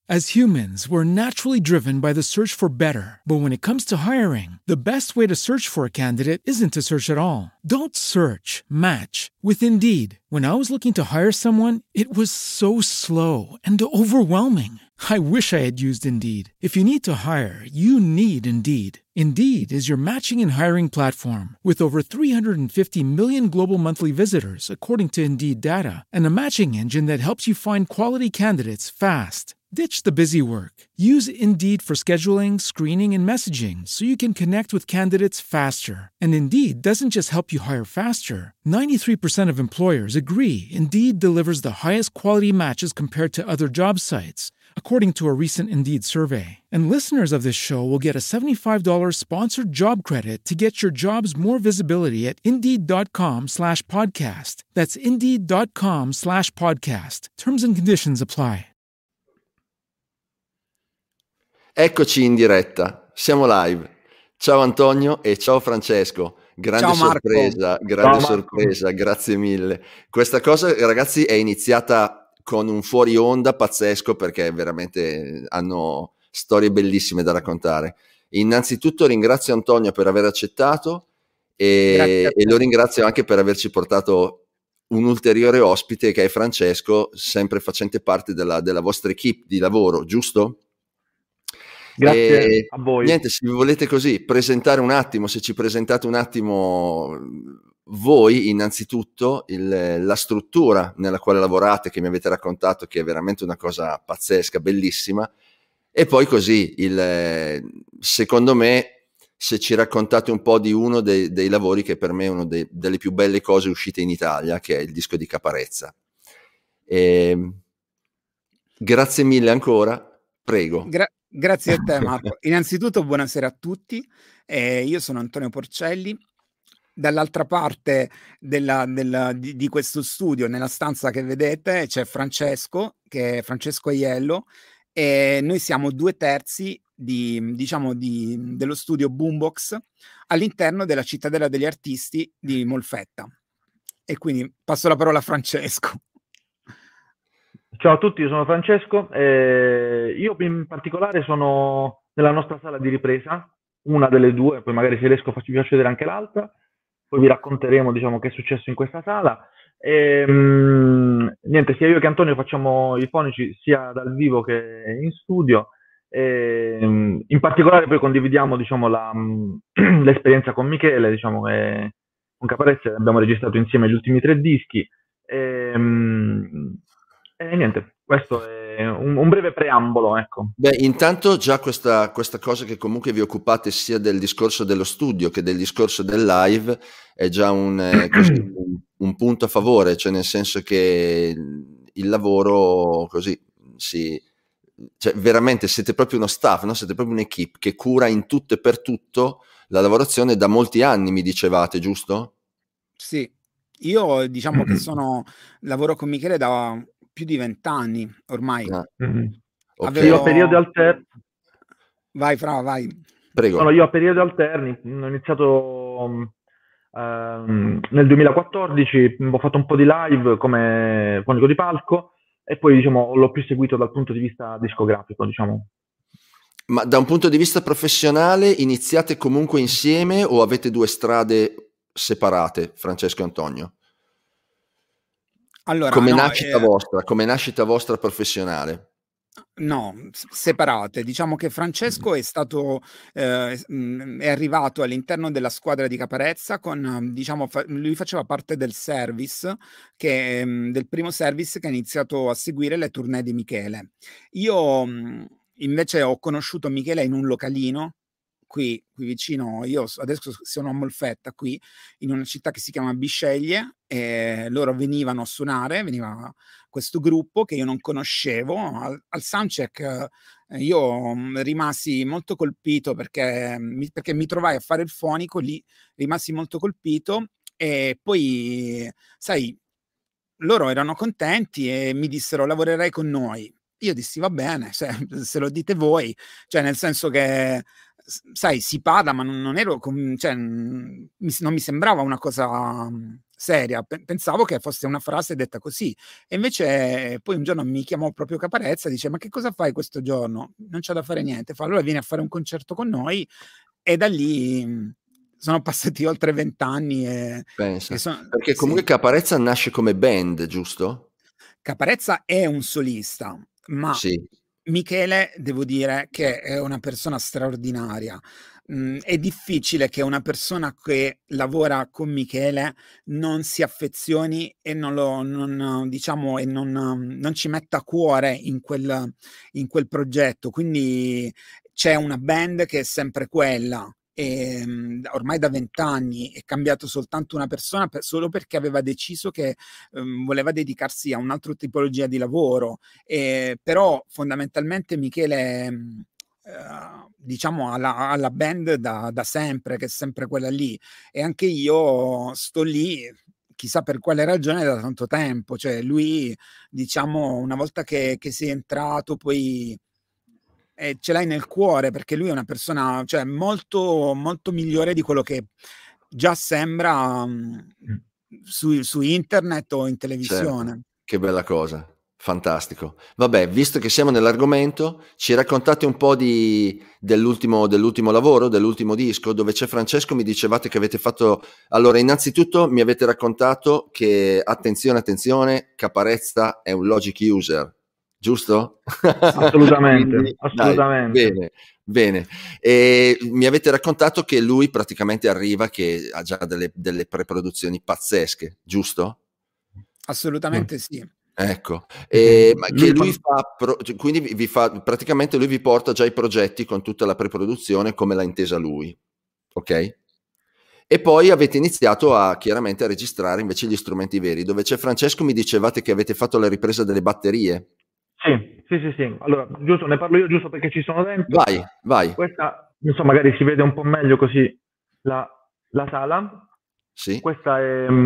As humans, we're naturally driven by the search for better. But when it comes to hiring, the best way to search for a candidate isn't to search at all. Don't search, match with Indeed. When I was looking to hire someone, it was so slow and overwhelming. I wish I had used Indeed. If you need to hire, you need Indeed. Indeed is your matching and hiring platform with over 350 million global monthly visitors, according to Indeed data, and a matching engine that helps you find quality candidates fast. Ditch the busy work. Use Indeed for scheduling, screening, and messaging so you can connect with candidates faster. And Indeed doesn't just help you hire faster. 93% of employers agree Indeed delivers the highest quality matches compared to other job sites, according to a recent Indeed survey. And listeners of this show will get a $75 sponsored job credit to get your jobs more visibility at Indeed.com/podcast. That's Indeed.com/podcast. Terms and conditions apply. Eccoci in diretta, siamo live. Ciao Antonio e ciao Francesco. Grande sorpresa, grande sorpresa, grazie mille. Questa cosa, ragazzi, è iniziata con un fuori onda pazzesco perché veramente hanno storie bellissime da raccontare. Innanzitutto ringrazio Antonio per aver accettato e lo ringrazio anche per averci portato un ulteriore ospite che è Francesco, sempre facente parte della vostra equipe di lavoro, giusto? Grazie a voi. Niente, se vi volete così presentare un attimo, se ci presentate un attimo voi innanzitutto, la struttura nella quale lavorate, che mi avete raccontato, che è veramente una cosa pazzesca, bellissima, e poi così, secondo me, se ci raccontate un po' di uno dei lavori che per me è una delle più belle cose uscite in Italia, che è il disco di Caparezza. Grazie mille ancora, prego. Grazie a te Marco. Innanzitutto buonasera a tutti, io sono Antonio Porcelli, dall'altra parte di questo studio, nella stanza che vedete, c'è Francesco, che è Francesco Aiello, e noi siamo 2/3 dello studio Boombox all'interno della Cittadella degli Artisti di Molfetta. E quindi passo la parola a Francesco. Ciao a tutti, io sono Francesco, io in particolare sono nella nostra sala di ripresa, una delle due, poi magari se riesco vi faccio vedere anche l'altra, poi vi racconteremo che è successo in questa sala. Niente, sia io che Antonio facciamo i fonici sia dal vivo che in studio, in particolare poi condividiamo l'esperienza con Michele, che con Caparezza abbiamo registrato insieme gli ultimi 3 dischi. Niente, questo è un breve preambolo, ecco. Beh, intanto già questa cosa che comunque vi occupate sia del discorso dello studio che del discorso del live è già un punto a favore, cioè nel senso che il lavoro così cioè veramente siete proprio uno staff, no? Siete proprio un'equipe che cura in tutto e per tutto la lavorazione da molti anni, mi dicevate, giusto? Sì, io che lavoro con Michele da più di 20 anni ormai. Okay. Io a periodi alterni. Vai Fra, vai. Prego. No, io a periodi alterni ho iniziato nel 2014, ho fatto un po' di live come fonico di palco e poi l'ho più seguito dal punto di vista discografico, Ma da un punto di vista professionale iniziate comunque insieme o avete 2 strade separate, Francesco e Antonio? Allora, come nascita vostra professionale? No, separate. Diciamo che Francesco è stato è arrivato all'interno della squadra di Caparezza con lui faceva parte del service del primo service che ha iniziato a seguire le tournée di Michele. Io invece ho conosciuto Michele in un localino qui vicino. Io adesso sono a Molfetta, qui in una città che si chiama Bisceglie, e loro venivano a suonare, veniva questo gruppo che io non conoscevo al soundcheck. Io rimasi molto colpito perché mi trovai a fare il fonico lì, rimasi molto colpito e poi sai, loro erano contenti e mi dissero lavorerai con noi. Io dissi va bene, se lo dite voi, cioè nel senso che sai, si parla, ma non ero non mi sembrava una cosa seria, pensavo che fosse una frase detta così, e invece poi un giorno mi chiamò proprio Caparezza, dice: ma che cosa fai questo giorno? Non c'è da fare niente. Fa: allora vieni a fare un concerto con noi, e da lì sono passati oltre 20 anni Pensa, e perché comunque sì. Caparezza nasce come band, giusto? Caparezza è un solista, ma Sì, Michele devo dire che è una persona straordinaria. È difficile che una persona che lavora con Michele non si affezioni e diciamo, e non ci metta cuore in quel progetto. Quindi c'è una band che è sempre quella. E, ormai da 20 anni è cambiato soltanto una persona solo perché aveva deciso che voleva dedicarsi a un'altra tipologia di lavoro. Però fondamentalmente Michele diciamo alla band da sempre, che è sempre quella lì, e anche io sto lì chissà per quale ragione da tanto tempo. Cioè lui, diciamo, una volta che sei entrato, poi ce l'hai nel cuore, perché lui è una persona, cioè, molto, molto migliore di quello che già sembra su internet o in televisione. certo, che bella cosa, fantastico. Vabbè, visto che siamo nell'argomento, ci raccontate un po' dell'ultimo lavoro, dell'ultimo disco, dove c'è Francesco, mi dicevate che avete fatto... Allora, innanzitutto mi avete raccontato che, attenzione, Caparezza è un Logic user, giusto? Assolutamente, Quindi, dai, assolutamente. bene. E mi avete raccontato che lui praticamente arriva che ha già delle preproduzioni pazzesche, giusto? Assolutamente sì. Ecco, Sì, sì. ma che lui Fa... fa, cioè, quindi vi fa, praticamente lui vi porta già i progetti con tutta la preproduzione come l'ha intesa lui, ok? E poi avete iniziato chiaramente a registrare invece gli strumenti veri, dove c'è Francesco, mi dicevate che avete fatto la ripresa delle batterie. Sì. Allora, giusto, ne parlo io giusto perché ci sono dentro. Vai, Questa, non so, magari si vede un po' meglio così la sala. sì, Questa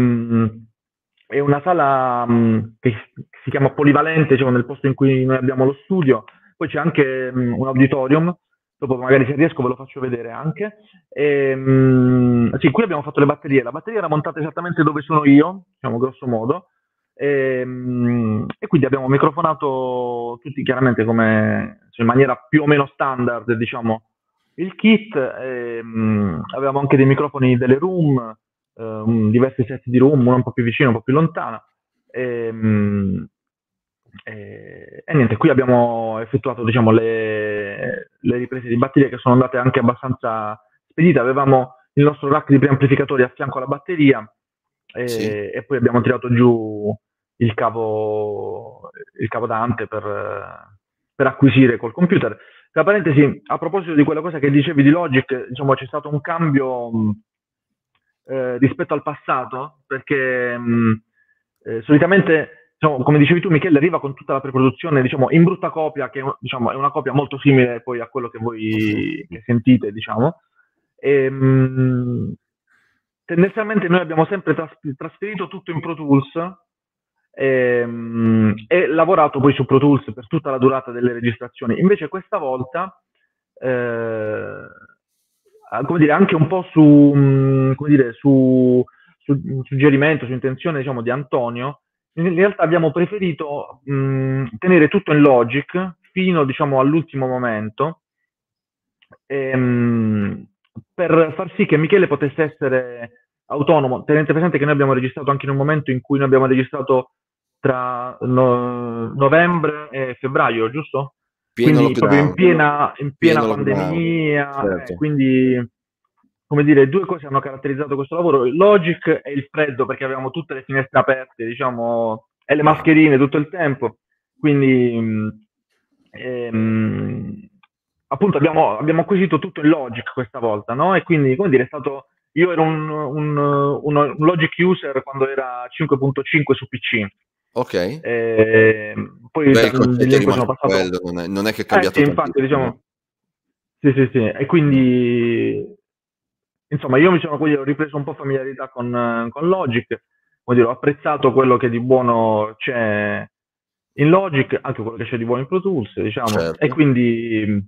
è una sala che si chiama polivalente, diciamo, nel posto in cui noi abbiamo lo studio. Poi c'è anche un auditorium, dopo magari se riesco ve lo faccio vedere anche. Sì, qui abbiamo fatto le batterie. La batteria era montata esattamente dove sono io, diciamo grosso modo. E quindi abbiamo microfonato tutti chiaramente come cioè in maniera più o meno standard, diciamo, il kit. Avevamo anche dei microfoni delle room, diversi set di room, uno un po' più vicino, un po' più lontana. E niente, qui abbiamo effettuato, diciamo, le riprese di batteria che sono andate anche abbastanza spedite. Avevamo il nostro rack di preamplificatori a fianco alla batteria sì. e poi abbiamo tirato giù il cavo Dante per acquisire col computer. Tra parentesi, a proposito di quella cosa che dicevi di Logic, diciamo, c'è stato un cambio rispetto al passato, perché solitamente, diciamo, come dicevi tu, Michele arriva con tutta la preproduzione, diciamo, in brutta copia, che diciamo, è una copia molto simile poi a quello che voi che sentite, diciamo. Tendenzialmente noi abbiamo sempre trasferito tutto in Pro Tools e lavorato poi su Pro Tools per tutta la durata delle registrazioni. Invece questa volta, come dire, anche un po' come dire, su suggerimento, su intenzione, diciamo, di Antonio, in realtà abbiamo preferito tenere tutto in Logic fino, diciamo, all'ultimo momento, per far sì che Michele potesse essere autonomo. Tenete presente che noi abbiamo registrato anche in un momento in cui noi abbiamo registrato tra novembre e febbraio, giusto? Pieno Quindi proprio lockdown, in piena pieno lockdown, pandemia, certo. quindi come dire, due cose hanno caratterizzato questo lavoro: il Logic e il freddo, perché avevamo tutte le finestre aperte, diciamo, e le mascherine tutto il tempo. Quindi appunto abbiamo acquisito tutto in Logic questa volta, no? E quindi, come dire, è stato... Io ero un Logic user quando era 5.5 su PC. Ok. Poi Beh, il negli concetto è anni poi sono rimasto passato... quello, non è che è cambiato Sì, infatti, tantissimo. diciamo... Sì. E quindi... Insomma, io mi sono quindi ho ripreso un po' familiarità con Logic, come dire, ho apprezzato quello che di buono c'è in Logic, anche quello che c'è di buono in Pro Tools, diciamo, e Certo. quindi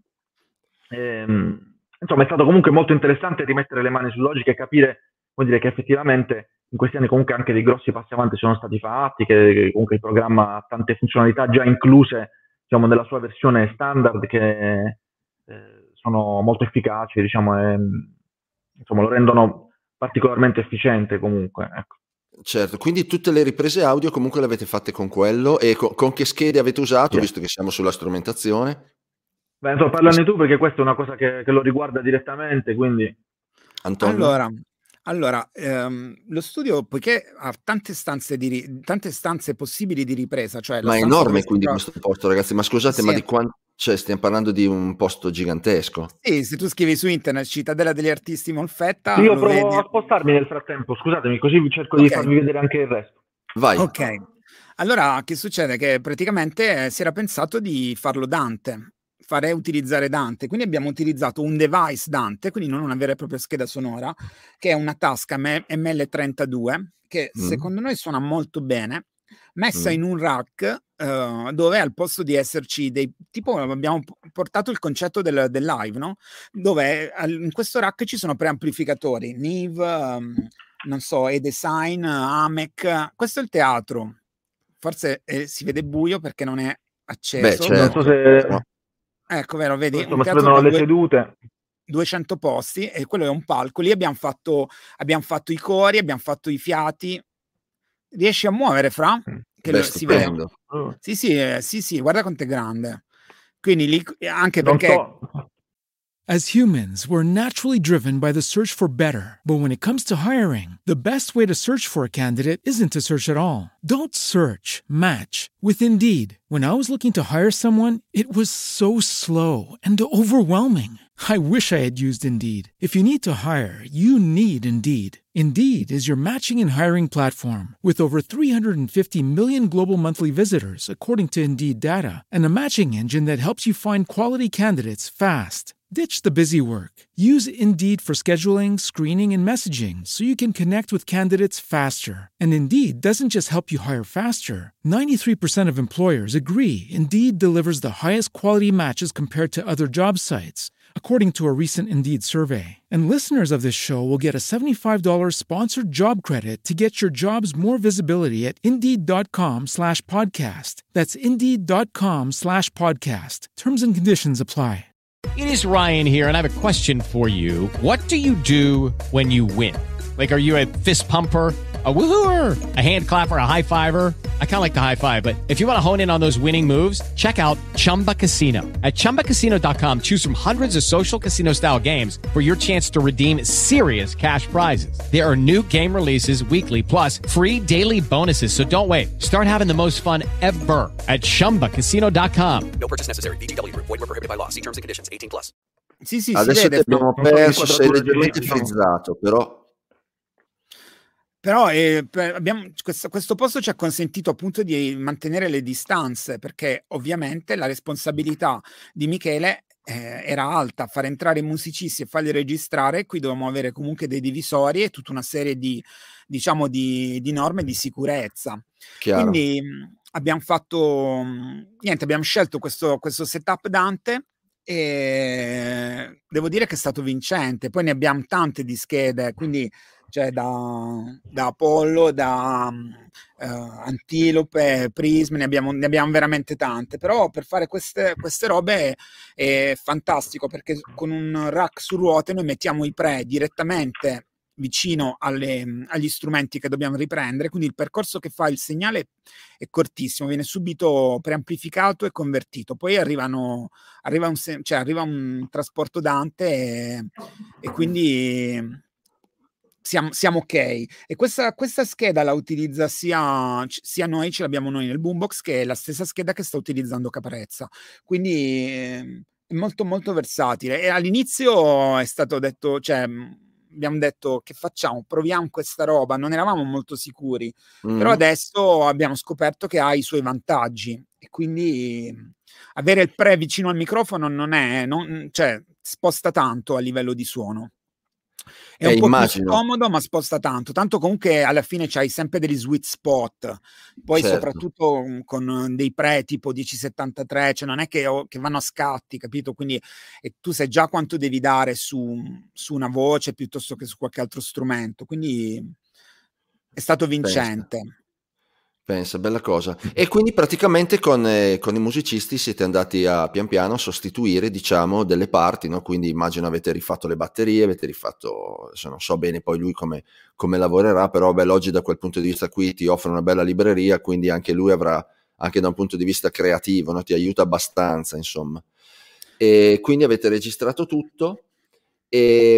insomma è stato comunque molto interessante rimettere le mani su Logic e capire, come dire, che effettivamente in questi anni comunque anche dei grossi passi avanti sono stati fatti, che comunque il programma ha tante funzionalità già incluse, diciamo, nella sua versione standard, che sono molto efficaci, diciamo, e insomma lo rendono particolarmente efficiente comunque, ecco. Certo, quindi tutte le riprese audio comunque le avete fatte con quello, e con che schede avete usato, visto che siamo sulla strumentazione? Beh, insomma, parlane tu, perché questa è una cosa che lo riguarda direttamente, quindi... Antonio? Allora, lo studio, poiché ha tante stanze possibili di ripresa, cioè la Ma è stanza dove enorme si quindi trova... questo posto, ragazzi, ma scusate, ma Sì. di quanto... Cioè, stiamo parlando di un posto gigantesco. Sì, se tu scrivi su internet Cittadella degli Artisti Molfetta, Io lo provo vedi. a spostarmi nel frattempo, scusatemi, così cerco di farvi vedere anche il resto. Vai. Ok, allora che succede? Che praticamente si era pensato di farlo Dante, fare utilizzare Dante, quindi abbiamo utilizzato un device Dante, quindi non una vera e propria scheda sonora, che è una Tasca ML32, che secondo noi suona molto bene, messa in un rack dove al posto di esserci tipo abbiamo portato il concetto del live, no? Dove in questo rack ci sono preamplificatori, Neve, non so, E-Design, AMEC, questo è il teatro. Forse si vede buio perché non è acceso. Beh, certo. Non so se... Ecco, vero, vedi? Insomma, Un si teatro vedono con le sedute. 200 posti, e quello è un palco. Lì abbiamo fatto i cori, abbiamo fatto i fiati. Riesci a muovere, Fra? Che si vede? Sì, guarda quanto è grande. Quindi lì, anche perché... As humans, we're naturally driven by the search for better. But when it comes to hiring, the best way to search for a candidate isn't to search at all. Don't search, match with Indeed. When I was looking to hire someone, it was so slow and overwhelming. I wish I had used Indeed. If you need to hire, you need Indeed. Indeed is your matching and hiring platform with over 350 million global monthly visitors, according to Indeed data, and a matching engine that helps you find quality candidates fast. Ditch the busy work. Use Indeed for scheduling, screening, and messaging so you can connect with candidates faster. And Indeed doesn't just help you hire faster. 93% of employers agree Indeed delivers the highest quality matches compared to other job sites, according to a recent Indeed survey. And listeners of this show will get a $75 sponsored job credit to get your jobs more visibility at Indeed.com/podcast. That's Indeed.com/podcast. Terms and conditions apply. It is Ryan here, and I have a question for you. What do you do when you win? Like, are you a fist pumper, a woohooer, a hand clapper, a high fiver? I kind of like the high five, but if you want to hone in on those winning moves, check out Chumba Casino. At ChumbaCasino.com, choose from hundreds of social casino-style games for your chance to redeem serious cash prizes. There are new game releases weekly, plus free daily bonuses, so don't wait. Start having the most fun ever at ChumbaCasino.com. No purchase necessary. VGW. Void were prohibited by law. See terms and conditions. 18+. Sì, adesso si vede, ti abbiamo perso, sei leggermente frizzato, però questo posto ci ha consentito appunto di mantenere le distanze, perché ovviamente la responsabilità di Michele era alta, far entrare i musicisti e farli registrare. Qui dovevamo avere comunque dei divisori e tutta una serie di norme di sicurezza. Chiaro. Quindi abbiamo scelto questo setup Dante, e devo dire che è stato vincente. Poi ne abbiamo tante di schede, quindi cioè da Apollo, da Antilope, Prism, ne abbiamo veramente tante. Però per fare queste robe è fantastico, perché con un rack su ruote noi mettiamo i pre direttamente vicino agli strumenti che dobbiamo riprendere, quindi il percorso che fa il segnale è cortissimo, viene subito preamplificato e convertito, poi arriva un trasporto Dante e quindi siamo ok. E questa scheda la utilizza sia noi, ce l'abbiamo noi nel boombox, che è la stessa scheda che sta utilizzando Caparezza, quindi è molto molto versatile. E all'inizio è stato detto, cioè abbiamo detto, che facciamo? Proviamo questa roba, non eravamo molto sicuri, però adesso abbiamo scoperto che ha i suoi vantaggi, e quindi avere il pre vicino al microfono cioè sposta tanto a livello di suono. È un po' più scomodo, ma sposta tanto comunque alla fine c'hai sempre degli sweet spot, poi soprattutto con dei pre tipo 1073, cioè non è che vanno a scatti, capito? Quindi tu sai già quanto devi dare su una voce piuttosto che su qualche altro strumento, quindi È stato vincente. Pensa, bella cosa. E quindi praticamente con i musicisti siete andati a pian piano a sostituire, diciamo, delle parti, no? Quindi immagino avete rifatto le batterie, avete rifatto, adesso non so bene poi lui come lavorerà, però oggi da quel punto di vista qui ti offre una bella libreria, quindi anche lui avrà, anche da un punto di vista creativo, no? Ti aiuta abbastanza, insomma. E quindi avete registrato tutto e...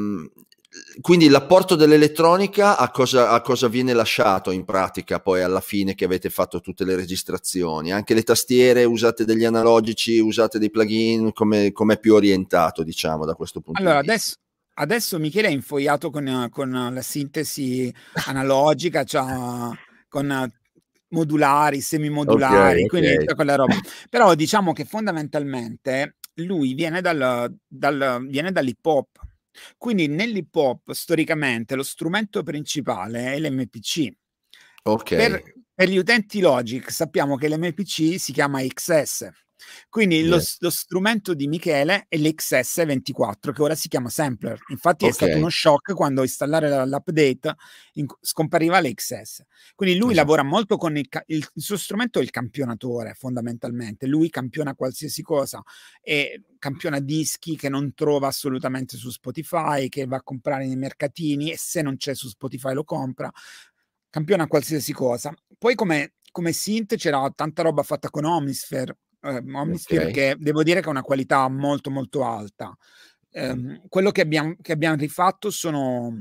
Quindi l'apporto dell'elettronica a cosa viene lasciato in pratica poi alla fine che avete fatto tutte le registrazioni? Anche le tastiere, usate degli analogici, usate dei plugin, come è più orientato, diciamo, da questo punto di vista? Adesso Michele è infogliato con la sintesi analogica, con modulari, semimodulari, quindi quella roba. Però diciamo che fondamentalmente lui viene dall'hip hop. Quindi nell'hip hop storicamente lo strumento principale è l'MPC. Per gli utenti Logic sappiamo che l'MPC si chiama XS. Quindi lo strumento di Michele è l'XS24, che ora si chiama sampler. Infatti è stato uno shock quando installare l'update scompariva l'XS. Quindi lui lavora molto con il suo strumento è il campionatore, fondamentalmente. Lui campiona qualsiasi cosa e campiona dischi che non trova assolutamente su Spotify, che va a comprare nei mercatini e se non c'è su Spotify lo compra. Campiona qualsiasi cosa. Poi come synth c'era tanta roba fatta con Omnisphere, che devo dire che ha una qualità molto molto alta. Quello che abbiamo rifatto sono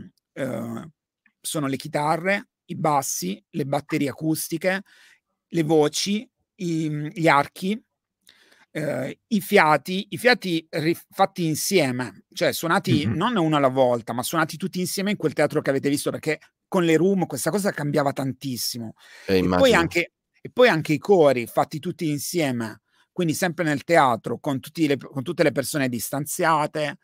le chitarre, i bassi, le batterie acustiche, le voci, gli archi, i fiati fatti insieme, cioè suonati non uno alla volta, ma suonati tutti insieme in quel teatro che avete visto, perché con le room questa cosa cambiava tantissimo. E poi anche i cori fatti tutti insieme, quindi sempre nel teatro con tutte le persone distanziate.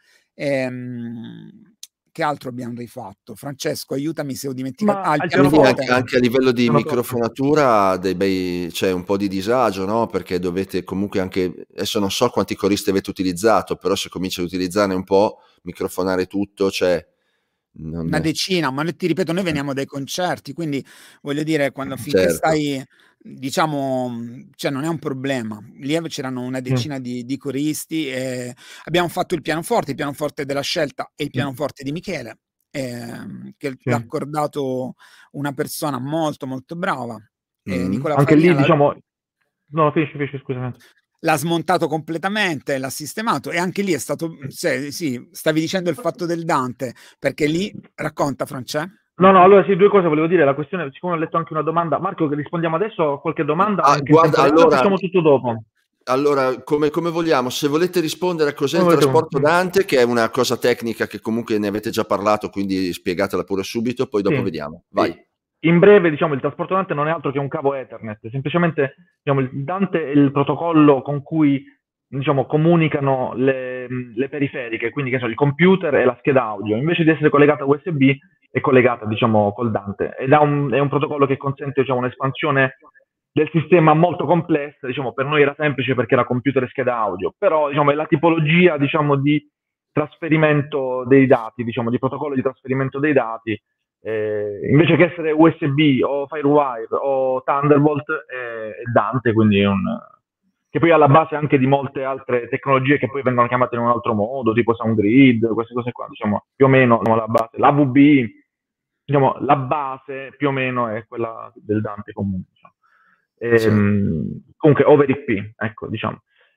Che altro abbiamo rifatto? Francesco, aiutami se ho dimenticato. Anche a livello di microfonatura c'è un po' di disagio, no? Perché dovete comunque anche, adesso non so quanti coristi avete utilizzato, però se cominci a utilizzarne un po', microfonare tutto, una decina, ma ti ripeto, noi veniamo dai concerti, quindi voglio dire, finché stai, diciamo, cioè non è un problema. Lì c'erano una decina di coristi e abbiamo fatto il pianoforte della scelta e il pianoforte di Michele, che l'ha accordato una persona molto molto brava. Nicola anche Farina, lì diciamo no, finisci scusami. L'ha smontato completamente, l'ha sistemato e anche lì è stato, sì, stavi dicendo il fatto del Dante, perché lì racconta Francesco. No, allora sì, due cose volevo dire. La questione, siccome ho letto anche una domanda, Marco, che rispondiamo adesso a qualche domanda, guarda, allora facciamo tutto dopo. Allora, come vogliamo, se volete rispondere a cos'è il trasporto Dante, che è una cosa tecnica che comunque ne avete già parlato, quindi spiegatela pure subito, poi dopo vediamo. Vai. In breve, diciamo, il trasporto Dante non è altro che un cavo Ethernet, semplicemente diciamo, il Dante è il protocollo con cui diciamo, comunicano le periferiche, quindi che sono il computer e la scheda audio, invece di essere collegata a USB è collegata diciamo, col Dante ed è un protocollo che consente diciamo, un'espansione del sistema molto complessa, diciamo, per noi era semplice perché era computer e scheda audio, però diciamo, è la tipologia diciamo, di trasferimento dei dati, diciamo, di protocollo di trasferimento dei dati. Invece che essere USB o Firewire o Thunderbolt è Dante, quindi che poi è alla base anche di molte altre tecnologie che poi vengono chiamate in un altro modo, tipo SoundGrid, queste cose qua, diciamo, più o meno la base. L'AVB, diciamo, la base più o meno è quella del Dante comune, diciamo. Comunque over IP, ecco, diciamo.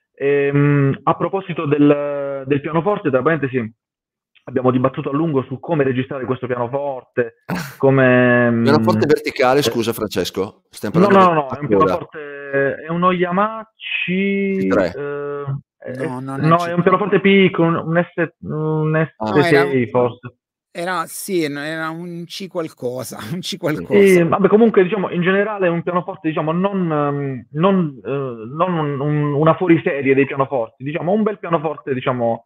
A proposito del pianoforte, tra parentesi, abbiamo dibattuto a lungo su come registrare questo pianoforte, pianoforte verticale, scusa Francesco? No, è un pianoforte, è uno Yamaha C3. No, è un pianoforte piccolo, un S6 forse. Era un C qualcosa, Sì, vabbè, comunque diciamo in generale è un pianoforte diciamo non una fuoriserie dei pianoforti, diciamo un bel pianoforte diciamo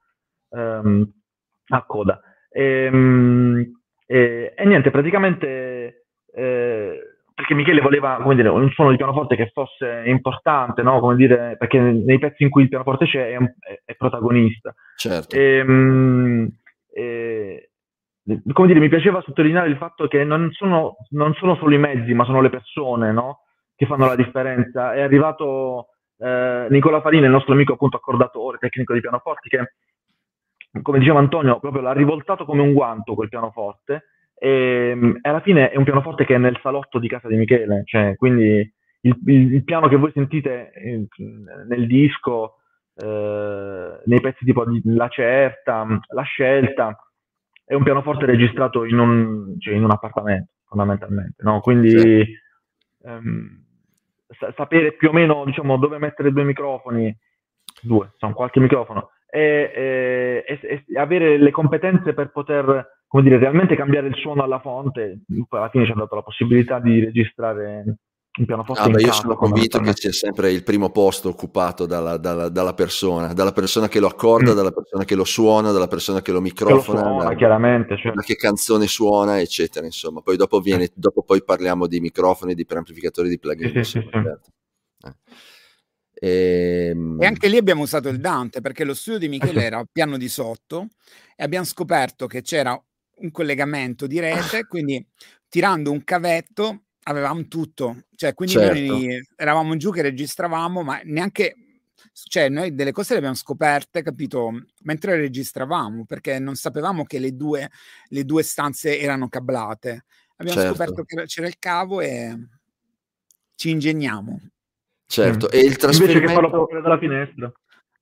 a coda e niente, praticamente perché Michele voleva, come dire, un suono di pianoforte che fosse importante, no? Come dire, perché nei pezzi in cui il pianoforte c'è è protagonista. Certo. come dire, mi piaceva sottolineare il fatto che non sono solo i mezzi, ma sono le persone, no? Che fanno la differenza. È arrivato Nicola Farini, il nostro amico appunto accordatore, tecnico di pianoforti, che, come diceva Antonio, proprio l'ha rivoltato come un guanto quel pianoforte, e alla fine è un pianoforte che è nel salotto di casa di Michele, cioè, quindi il piano che voi sentite nel disco, nei pezzi tipo La Certa, La Scelta, è un pianoforte registrato in un appartamento, fondamentalmente, no? Quindi sapere più o meno, diciamo, dove mettere due microfoni, qualche microfono, e avere le competenze per poter, come dire, realmente cambiare il suono alla fonte. Poi alla fine ci ha dato la possibilità di registrare un pianoforte in casa. Io sono convinto che sia sempre il primo posto occupato dalla persona che lo accorda, dalla persona che lo suona, dalla persona che lo microfona, chiaramente, cioè. Da che canzone suona, eccetera, insomma. Poi dopo poi parliamo di microfoni, di preamplificatori, di plugin. Certo. E anche lì abbiamo usato il Dante, perché lo studio di Michele era al piano di sotto e abbiamo scoperto che c'era un collegamento di rete, quindi tirando un cavetto avevamo tutto, cioè quindi noi eravamo giù che registravamo, ma neanche, cioè noi delle cose le abbiamo scoperte, capito, mentre registravamo, perché non sapevamo che le due stanze erano cablate. Abbiamo scoperto che c'era il cavo e ci ingegniamo. Certo, e il trasferimento... Invece che farlo fuori dalla finestra.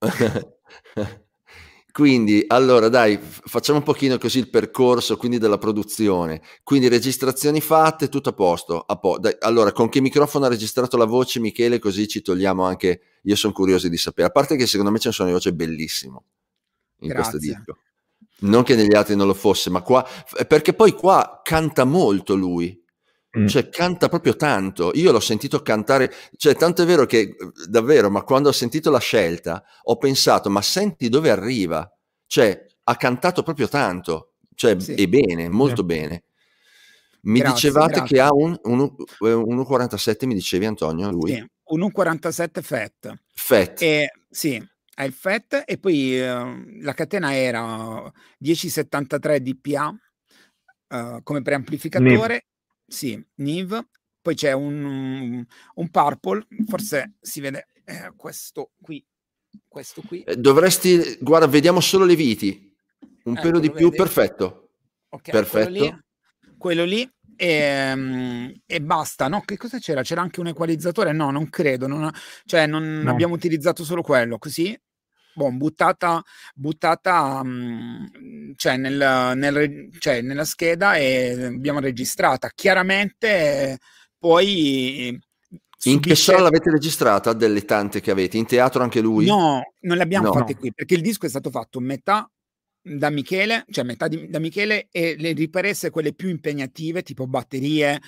Quindi, allora dai, facciamo un pochino così il percorso, quindi della produzione. Quindi registrazioni fatte, tutto a posto. Dai, allora, con che microfono ha registrato la voce Michele? Così ci togliamo anche... Io sono curioso di sapere. A parte che secondo me c'è un suono di voce bellissimo in questo disco. Non che negli altri non lo fosse, ma qua... Perché poi qua canta molto lui. Cioè canta proprio tanto. Io l'ho sentito cantare, cioè tanto è vero che davvero, ma quando ho sentito La Scelta ho pensato, ma senti dove arriva, cioè ha cantato proprio tanto, cioè e bene, molto bene. Mi dicevate che ha un 1.47, mi dicevi Antonio, lui? Sì, un 1.47 FET. Sì, ha il FET e poi la catena era 1073 dPA come preamplificatore. Sì, Neve, poi c'è un Purple, forse si vede questo qui. Dovresti, guarda, vediamo solo le viti, un pelo di più, perfetto. Ok, perfetto. Quello lì e basta, no? Che cosa c'era? C'era anche un equalizzatore? No, non credo, abbiamo utilizzato solo quello, così. Buttata cioè nella scheda e abbiamo registrata. Chiaramente poi in che sala l'avete registrata delle tante che avete? In teatro anche lui? No, non le abbiamo fatte qui, perché il disco è stato fatto metà da Michele, cioè da Michele, e le riprese quelle più impegnative, tipo batterie,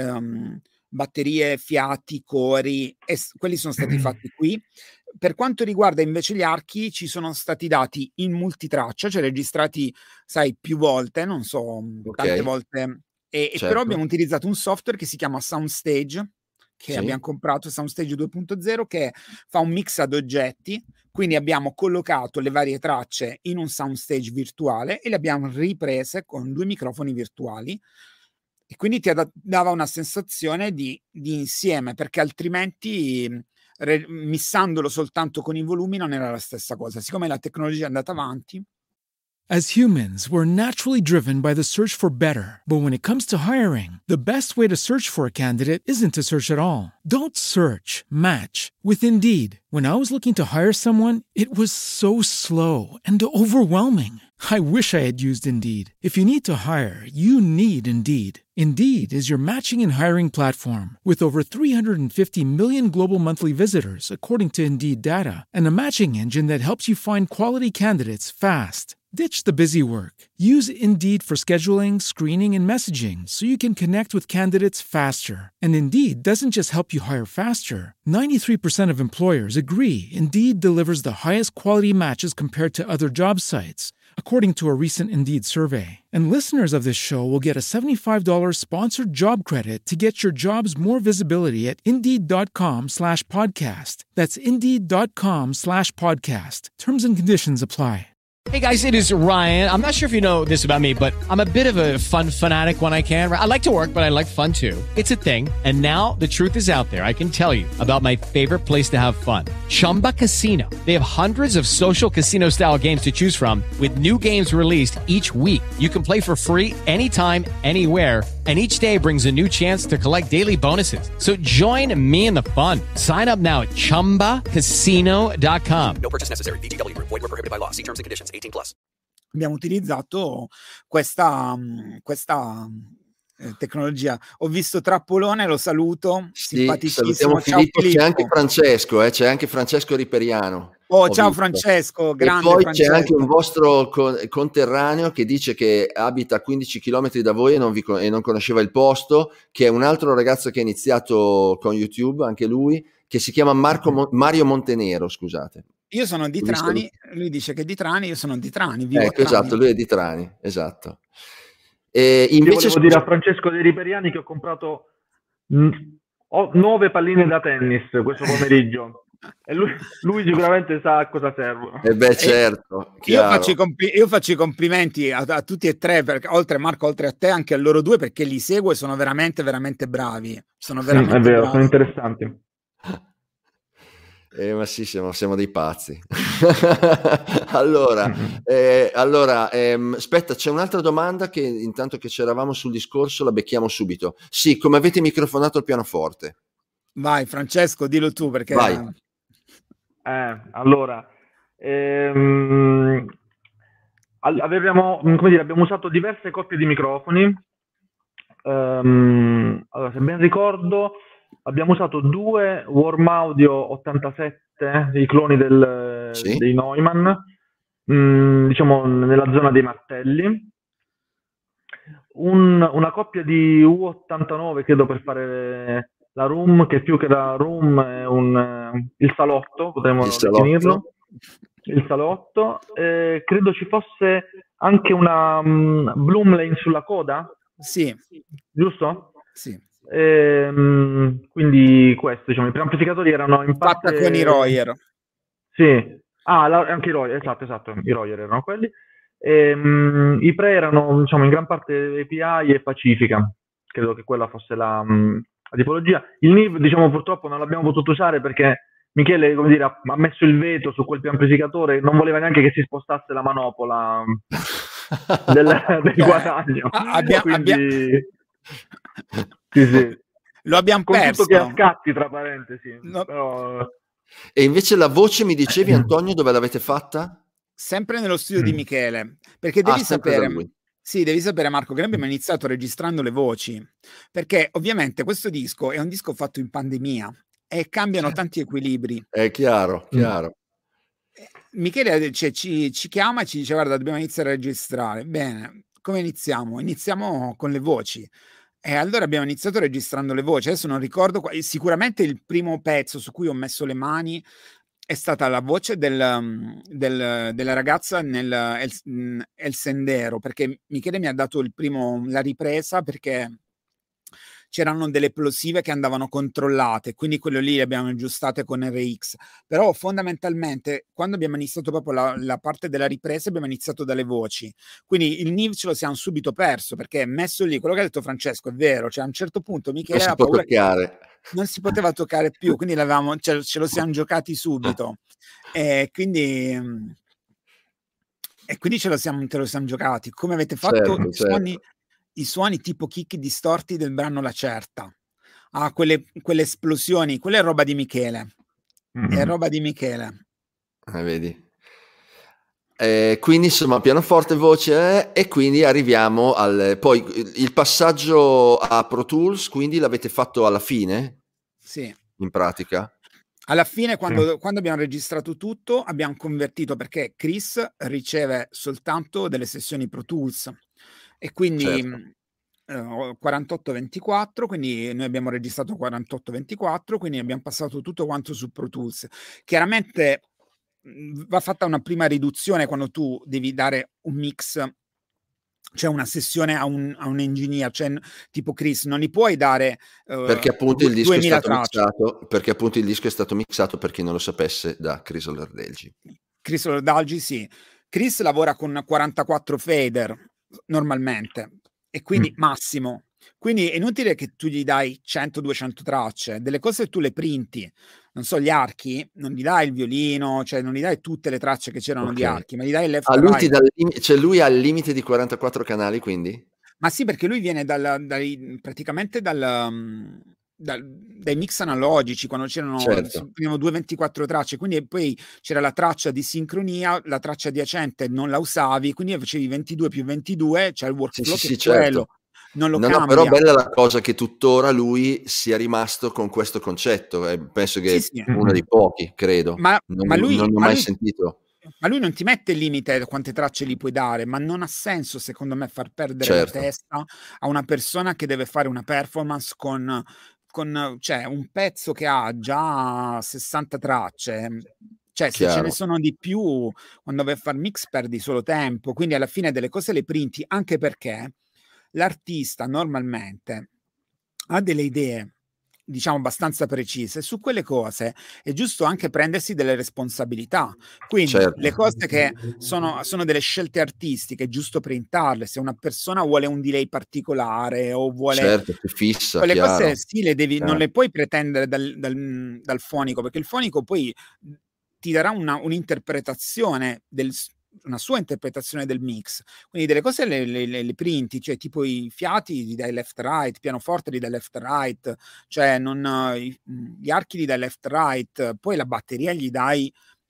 fiati, cori, e quelli sono stati fatti qui. Per quanto riguarda invece gli archi, ci sono stati dati in multitraccia, cioè registrati, sai, più volte, non so, tante volte, certo. Però abbiamo utilizzato un software che si chiama Soundstage, che abbiamo comprato, Soundstage 2.0, che fa un mix ad oggetti, quindi abbiamo collocato le varie tracce in un soundstage virtuale e le abbiamo riprese con 2 microfoni virtuali, e quindi ti dava una sensazione di insieme, perché altrimenti missandolo soltanto con i volumi non era la stessa cosa. Siccome la tecnologia è andata avanti. As humans, we're naturally driven by the search for better. But when it comes to hiring, the best way to search for a candidate isn't to search at all. Don't search, match with Indeed. When I was looking to hire someone, it was so slow and overwhelming. I wish I had used Indeed. If you need to hire, you need Indeed. Indeed is your matching and hiring platform with over 350 million global monthly visitors, according to Indeed data, and a matching engine that helps you find quality candidates fast. Ditch the busy work. Use Indeed for scheduling, screening, and messaging so you can connect with candidates faster. And Indeed doesn't just help you hire faster. 93% of employers agree Indeed delivers the highest quality matches compared to other job sites, according to a recent Indeed survey. And listeners of this show will get a $75 sponsored job credit to get your jobs more visibility at Indeed.com/podcast. That's Indeed.com/podcast. Terms and conditions apply. Hey guys, it is Ryan. I'm not sure if you know this about me, but I'm a bit of a fun fanatic when I can. I like to work, but I like fun too. It's a thing. And now the truth is out there. I can tell you about my favorite place to have fun. Chumba Casino. They have hundreds of social casino style games to choose from with new games released each week. You can play for free anytime, anywhere. And each day brings a new chance to collect daily bonuses. So join me in the fun. Sign up now at ChumbaCasino.com. No purchase necessary. VGW Group. Void where prohibited by law. See terms and conditions. 18+. Abbiamo utilizzato questa tecnologia. Ho visto Trappolone, lo saluto. Sì, simpaticissimo. salutiamo Filippo. C'è anche Francesco, c'è anche Francesco Riperiano. Oh, ciao Francesco, grande. E poi Francesco. c'è anche un vostro conterraneo che dice che abita a 15 km da voi e non conosceva il posto, che è un altro ragazzo che ha iniziato con YouTube, anche lui, che si chiama Mario Montenero, scusate. Io sono di Trani, lui dice che è di Trani, io sono di Trani. Vivo a Trani. Esatto, lui è di Trani, esatto. E invece volevo dire a Francesco dei Riperiani che ho comprato 9 palline da tennis questo pomeriggio. E lui sicuramente sa a cosa servono. Certo. Io faccio i complimenti a tutti e tre, perché oltre Marco, oltre a te, anche a loro due, perché li seguo e sono veramente, veramente bravi. Sono veramente è vero, bravi. sono interessanti. Ma sì, siamo dei pazzi. Allora, aspetta, c'è un'altra domanda che intanto che c'eravamo sul discorso la becchiamo subito. Sì, come avete microfonato il pianoforte? Vai Francesco, dillo tu perché... Vai. Allora, abbiamo usato diverse coppie di microfoni. Allora, se ben ricordo, abbiamo usato 2 Warm Audio 87, i cloni dei Neumann, diciamo nella zona dei martelli, una coppia di U89, credo, per fare la room, che più che la room è il salotto, potremmo definirlo. Il salotto. Credo ci fosse anche una Bloomlane sulla coda. Sì. Giusto? Sì. Quindi questo, diciamo, i preamplificatori erano in parte... Fatta con i Royer. Sì. Anche i Royer, esatto, i Royer erano quelli. I pre erano, diciamo, in gran parte API e Pacifica. Credo che quella fosse la tipologia. Il NIV, diciamo, purtroppo non l'abbiamo potuto usare perché Michele, come dire, ha messo il veto su quel preamplificatore, non voleva neanche che si spostasse la manopola del guadagno. Sì. Lo abbiamo con perso. Tutto che a scatti, tra parentesi. No. Però... E invece la voce, mi dicevi, Antonio, dove l'avete fatta? Sempre nello studio di Michele, perché devi sapere... Sì, devi sapere Marco che noi abbiamo iniziato registrando le voci, perché ovviamente questo disco è un disco fatto in pandemia e cambiano tanti equilibri. È chiaro. Michele ci chiama e ci dice: guarda, dobbiamo iniziare a registrare. Bene, come iniziamo? Iniziamo con le voci. E allora abbiamo iniziato registrando le voci. Adesso non ricordo, sicuramente il primo pezzo su cui ho messo le mani è stata la voce della ragazza nel El Sendero, perché Michele mi ha dato la ripresa perché c'erano delle plosive che andavano controllate, quindi quello lì le abbiamo aggiustate con RX. Però fondamentalmente quando abbiamo iniziato proprio la parte della ripresa abbiamo iniziato dalle voci, quindi il NIV ce lo siamo subito perso, perché messo lì, quello che ha detto Francesco è vero, cioè a un certo punto Michele aveva paura che non si poteva toccare più, quindi ce lo siamo giocati subito e quindi ce lo siamo giocati. Come avete fatto? Certo. I suoni tipo kick distorti del brano La Certa, quelle esplosioni, quella è roba di Michele. È roba di Michele. Vedi? Quindi insomma pianoforte, voce, e quindi arriviamo poi il passaggio a Pro Tools, quindi l'avete fatto alla fine? Sì. In pratica? Alla fine, quando abbiamo registrato tutto, abbiamo convertito, perché Chris riceve soltanto delle sessioni Pro Tools e quindi 48-24, quindi noi abbiamo registrato 48-24, quindi abbiamo passato tutto quanto su Pro Tools. Chiaramente va fatta una prima riduzione quando tu devi dare un mix, cioè una sessione a un engineer, cioè tipo Chris, non gli puoi dare perché appunto il disco è stato tracce. mixato, perché appunto il disco è stato mixato, per chi non lo sapesse, da Chris Ollardelgi. Chris Ollardelgi, sì. Chris lavora con 44 fader normalmente, e quindi massimo. Quindi è inutile che tu gli dai 100-200 tracce, delle cose tu le printi, non so, gli archi, non gli dai il violino, cioè non gli dai tutte le tracce che c'erano di archi, ma gli dai il left right. Cioè lui ha il limite di 44 canali, quindi? Ma sì, perché lui viene praticamente dai mix analogici, quando c'erano 2-24 tracce, quindi poi c'era la traccia di sincronia, la traccia adiacente non la usavi, quindi facevi 22 più 22, c'è il workflow che è quello. Non lo cambia. No, però bella la cosa che tuttora lui sia rimasto con questo concetto. Penso che è uno dei pochi, credo. Ma lui non ho mai sentito. Ma lui non ti mette il limite a quante tracce gli puoi dare, ma non ha senso, secondo me, far perdere la testa a una persona che deve fare una performance con cioè, un pezzo che ha già 60 tracce. Cioè, se ce ne sono di più, quando vai a far mix perdi solo tempo. Quindi alla fine delle cose le printi, anche perché l'artista normalmente ha delle idee, diciamo, abbastanza precise. Su quelle cose è giusto anche prendersi delle responsabilità. Quindi le cose che sono delle scelte artistiche, è giusto printarle. Se una persona vuole un delay particolare o vuole fissa, quelle cose sì, le devi, non le puoi pretendere dal fonico, perché il fonico poi ti darà un'interpretazione una sua interpretazione del mix, quindi delle cose le printi, cioè tipo i fiati li dai left right, pianoforte li dai left right, cioè gli archi li dai left right, poi la batteria gli dai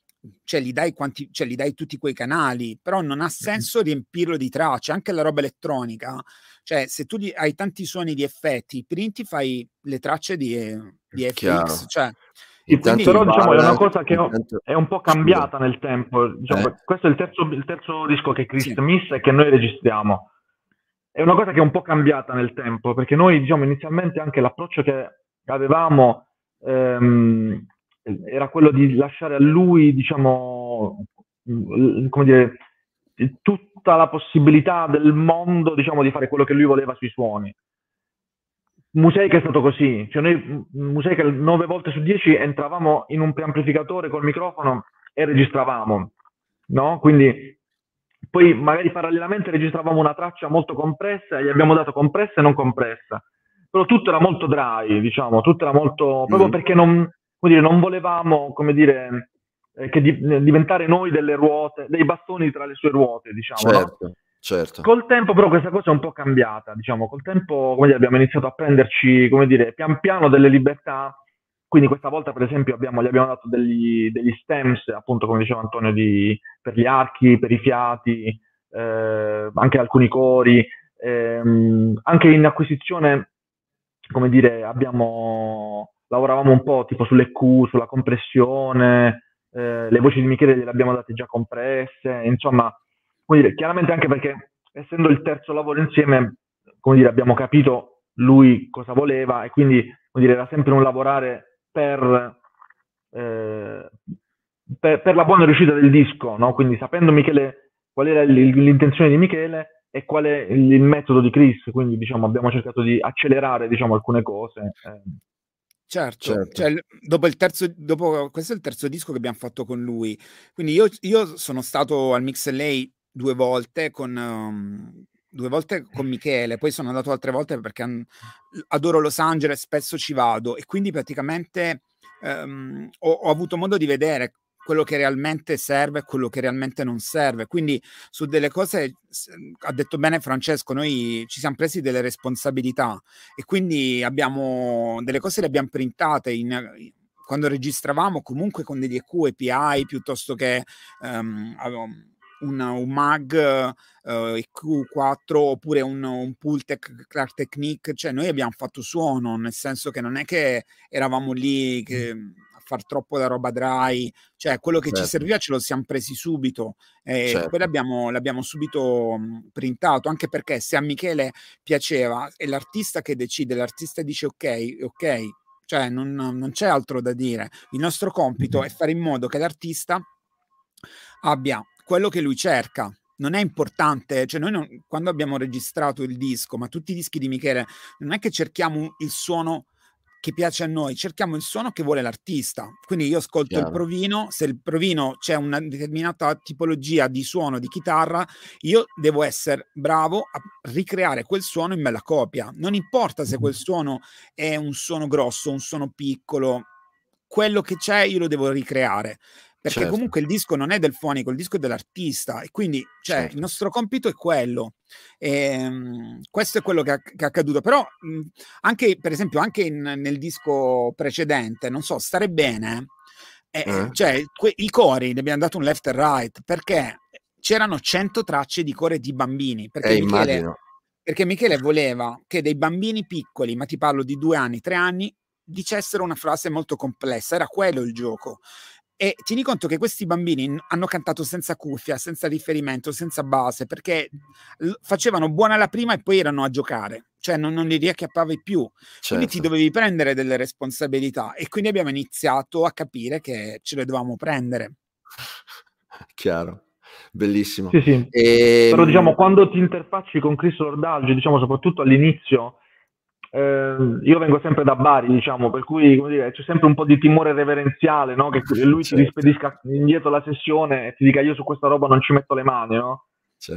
tutti quei canali, però non ha senso riempirlo di tracce, anche la roba elettronica, cioè se tu hai tanti suoni di effetti, printi, fai le tracce di FX, cioè sì, però diciamo è una cosa che è un po' cambiata nel tempo. Diciamo, questo è il terzo disco che Chris missa e che noi registriamo. È una cosa che è un po' cambiata nel tempo, perché noi, diciamo, inizialmente anche l'approccio che avevamo era quello di lasciare a lui, diciamo, come dire, tutta la possibilità del mondo, diciamo, di fare quello che lui voleva sui suoni. Museica è stato così, cioè noi Museica 9 volte su 10 entravamo in un preamplificatore col microfono e registravamo, no? Quindi poi magari parallelamente registravamo una traccia molto compressa e gli abbiamo dato compressa e non compressa, però tutto era molto dry, diciamo, tutto era molto, proprio perché non volevamo, come dire, che diventare noi delle ruote, dei bastoni tra le sue ruote, diciamo, no? Certo. Col tempo però questa cosa è un po' cambiata, diciamo, col tempo, come dire, abbiamo iniziato a prenderci, come dire, pian piano delle libertà, quindi questa volta per esempio gli abbiamo dato degli stems, appunto come diceva Antonio, per gli archi, per i fiati, anche alcuni cori, anche in acquisizione, come dire, lavoravamo un po' tipo sulle Q, sulla compressione, le voci di Michele le abbiamo date già compresse, insomma. Come dire, chiaramente anche perché essendo il terzo lavoro insieme, come dire, abbiamo capito lui cosa voleva e quindi, come dire, era sempre un lavorare per la buona riuscita del disco, no? Quindi sapendo Michele qual era l'intenzione di Michele e qual è il metodo di Chris, quindi diciamo abbiamo cercato di accelerare, diciamo, alcune cose. Certo. Cioè, questo è il terzo disco che abbiamo fatto con lui, quindi io sono stato al Mix LA 2 volte con Michele, poi sono andato altre volte perché adoro Los Angeles, spesso ci vado e quindi praticamente ho avuto modo di vedere quello che realmente serve e quello che realmente non serve, quindi su delle cose ha detto bene Francesco, noi ci siamo presi delle responsabilità e quindi abbiamo delle cose le abbiamo printate quando registravamo comunque con degli EQ API piuttosto che un mag EQ4 oppure un Pultec Clark Technique, cioè noi abbiamo fatto suono, nel senso che non è che eravamo lì a far troppo da roba dry, cioè quello che ci serviva ce lo siamo presi subito e poi l'abbiamo subito printato, anche perché se a Michele piaceva è l'artista che decide, l'artista dice ok, cioè non c'è altro da dire, il nostro compito è fare in modo che l'artista abbia quello che lui cerca. Non è importante, cioè noi quando abbiamo registrato il disco, ma tutti i dischi di Michele, non è che cerchiamo il suono che piace a noi, cerchiamo il suono che vuole l'artista. Quindi io ascolto il provino, se il provino c'è una determinata tipologia di suono di chitarra, io devo essere bravo a ricreare quel suono in bella copia. Non importa se quel suono è un suono grosso, un suono piccolo, quello che c'è io lo devo ricreare. Perché comunque il disco non è del fonico, il disco è dell'artista, e quindi il nostro compito è quello. Questo è quello che è accaduto. Però anche, per esempio, anche nel disco precedente, non so, Stare Bene, i cori, ne abbiamo dato un left e right, perché c'erano 100 tracce di core di bambini, perché Michele voleva che dei bambini piccoli, ma ti parlo di 2 anni, 3 anni, dicessero una frase molto complessa. Era quello il gioco. E tieni conto che questi bambini hanno cantato senza cuffia, senza riferimento, senza base, perché facevano buona la prima e poi erano a giocare, cioè non li riacchiappavi più. Quindi ti dovevi prendere delle responsabilità, e quindi abbiamo iniziato a capire che ce le dovevamo prendere. Chiaro, bellissimo. Sì. Però diciamo, quando ti interfacci con Chris Lord-Alge, diciamo soprattutto all'inizio, io vengo sempre da Bari, diciamo, per cui, come dire, c'è sempre un po' di timore reverenziale, no? Che lui ti rispedisca indietro la sessione e ti dica: io su questa roba non ci metto le mani, no?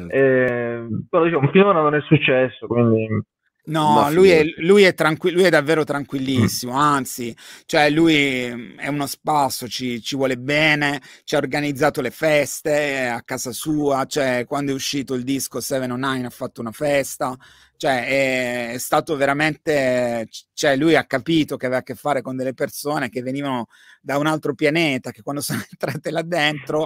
Però diciamo, finora non è successo, quindi... No, lui è tranquillo, lui è davvero tranquillissimo, anzi, cioè lui è uno spasso, ci vuole bene, ci ha organizzato le feste a casa sua, cioè quando è uscito il disco 709 ha fatto una festa, cioè è stato veramente, cioè lui ha capito che aveva a che fare con delle persone che venivano da un altro pianeta, che quando sono entrate là dentro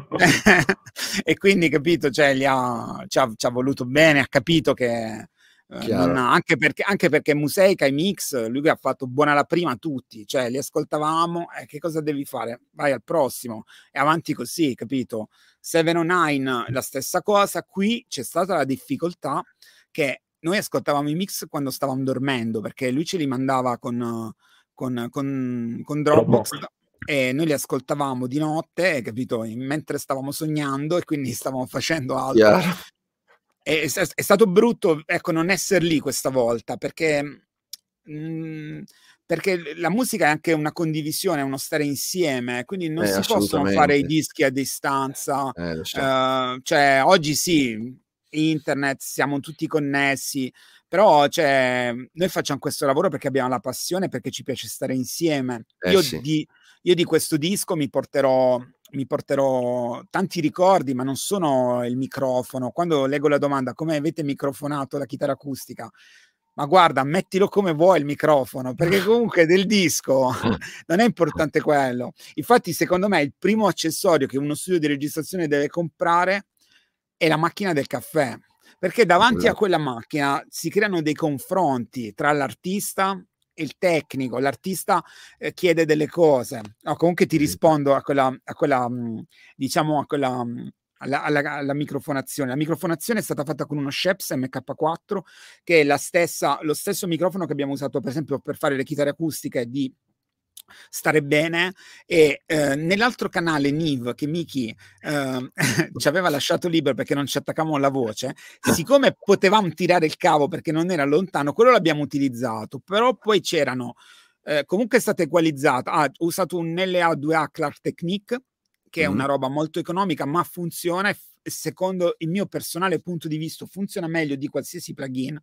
e quindi, capito, cioè ci ha voluto bene, ha capito che... anche perché Museica e Mix, lui ha fatto buona la prima a tutti, cioè li ascoltavamo, che cosa devi fare? Vai al prossimo e avanti così, capito? 709 la stessa cosa. Qui c'è stata la difficoltà che noi ascoltavamo i mix quando stavamo dormendo, perché lui ce li mandava con Dropbox e noi li ascoltavamo di notte, capito? Mentre stavamo sognando, e quindi stavamo facendo altro. È stato brutto, ecco, non essere lì questa volta, perché la musica è anche una condivisione, è uno stare insieme, quindi non si possono fare i dischi a distanza. Cioè, oggi sì, internet, siamo tutti connessi, però cioè, noi facciamo questo lavoro perché abbiamo la passione, perché ci piace stare insieme. Io di questo disco mi porterò tanti ricordi, ma non sono il microfono. Quando leggo la domanda come avete microfonato la chitarra acustica, ma guarda, mettilo come vuoi il microfono, perché comunque del disco non è importante quello. Infatti, secondo me, il primo accessorio che uno studio di registrazione deve comprare è la macchina del caffè, perché davanti a quella macchina si creano dei confronti tra l'artista e il tecnico. L'artista chiede delle cose, comunque ti rispondo a quella diciamo alla microfonazione. La microfonazione è stata fatta con uno Scheps MK4, che è lo stesso microfono che abbiamo usato per esempio per fare le chitarre acustiche di Stare Bene, e nell'altro canale Niv che Miki ci aveva lasciato libero perché non ci attaccavamo alla voce, siccome potevamo tirare il cavo perché non era lontano, quello l'abbiamo utilizzato. Però poi c'erano comunque è stata equalizzata, ho usato un LA2A Clark Technique, che è una roba molto economica, ma funziona, e secondo il mio personale punto di vista funziona meglio di qualsiasi plugin.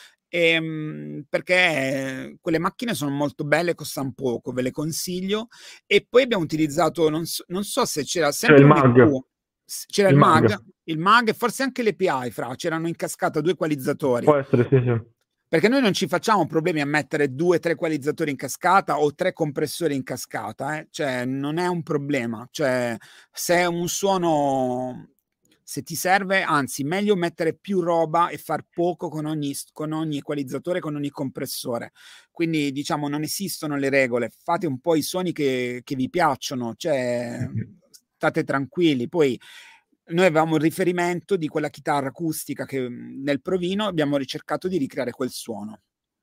Perché quelle macchine sono molto belle, costano poco, ve le consiglio. E poi abbiamo utilizzato, non so se c'era sempre il mag. C'era il mag e forse anche l'API, c'erano in cascata 2 equalizzatori. Può essere, sì. Perché noi non ci facciamo problemi a mettere 2 o 3 equalizzatori in cascata o 3 compressori in cascata, cioè non è un problema. Cioè, se è un suono, se ti serve, anzi meglio mettere più roba e far poco con ogni equalizzatore, con ogni compressore. Quindi diciamo non esistono le regole, fate un po' i suoni che vi piacciono, cioè state tranquilli. Poi noi avevamo un riferimento di quella chitarra acustica che nel provino abbiamo ricercato di ricreare quel suono.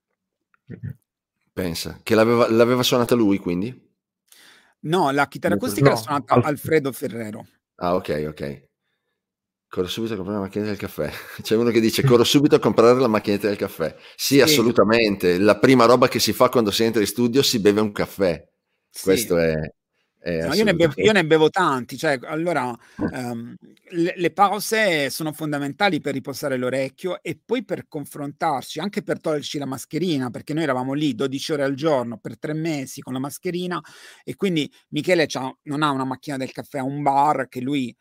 Pensa, che l'aveva suonata lui, quindi? No, la chitarra acustica l'ha suonata Alfredo Ferrero. Ah, ok. Corro subito a comprare la macchinetta del caffè. C'è uno che dice corro subito a comprare la macchinetta del caffè. Sì, assolutamente. La prima roba che si fa quando si entra in studio si beve un caffè. Sì. Questo è No, io ne bevo tanti, cioè allora le pause sono fondamentali per riposare l'orecchio e poi per confrontarci, anche per toglierci la mascherina, perché noi eravamo lì 12 ore al giorno per 3 mesi con la mascherina, e quindi Michele non ha una macchina del caffè, ha un bar che lui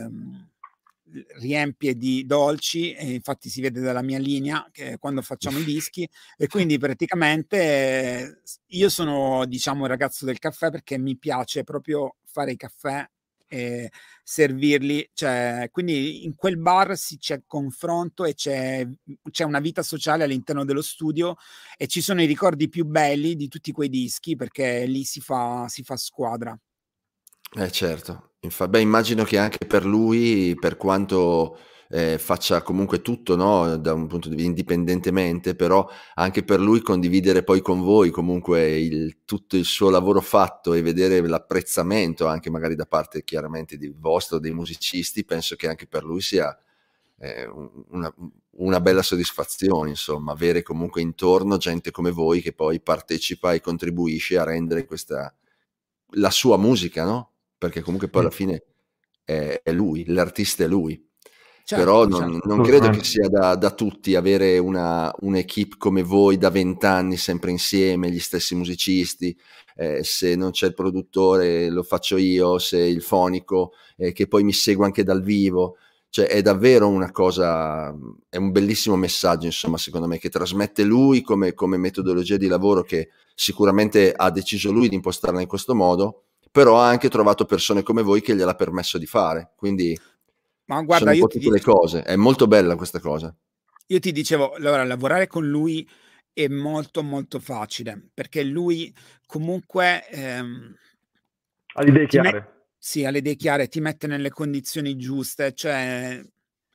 riempie di dolci, e infatti si vede dalla mia linea che quando facciamo i dischi, e quindi praticamente io sono, diciamo, il ragazzo del caffè, perché mi piace proprio fare i caffè e servirli, cioè, quindi in quel bar c'è confronto e c'è una vita sociale all'interno dello studio, e ci sono i ricordi più belli di tutti quei dischi, perché lì si fa squadra. Certo. Immagino che anche per lui, per quanto faccia comunque tutto, no, da un punto di vista indipendentemente, però anche per lui condividere poi con voi comunque tutto il suo lavoro fatto e vedere l'apprezzamento anche magari da parte chiaramente di vostro, dei musicisti, penso che anche per lui sia una bella soddisfazione, insomma, avere comunque intorno gente come voi che poi partecipa e contribuisce a rendere la sua musica, no? Perché comunque poi alla fine è lui, l'artista è lui. Però non credo che sia da tutti avere un'equipe come voi da 20 anni sempre insieme, gli stessi musicisti, se non c'è il produttore lo faccio io, se il fonico che poi mi segue anche dal vivo, cioè è davvero una cosa, è un bellissimo messaggio, insomma, secondo me, che trasmette lui come metodologia di lavoro, che sicuramente ha deciso lui di impostarla in questo modo, però ha anche trovato persone come voi che gliel'ha permesso di fare, quindi ma guarda, sono un po' tutte le cose, è molto bella questa cosa. Io ti dicevo, allora, lavorare con lui è molto molto facile, perché lui comunque ha le idee chiare. Sì, ha le idee chiare, ti mette nelle condizioni giuste, cioè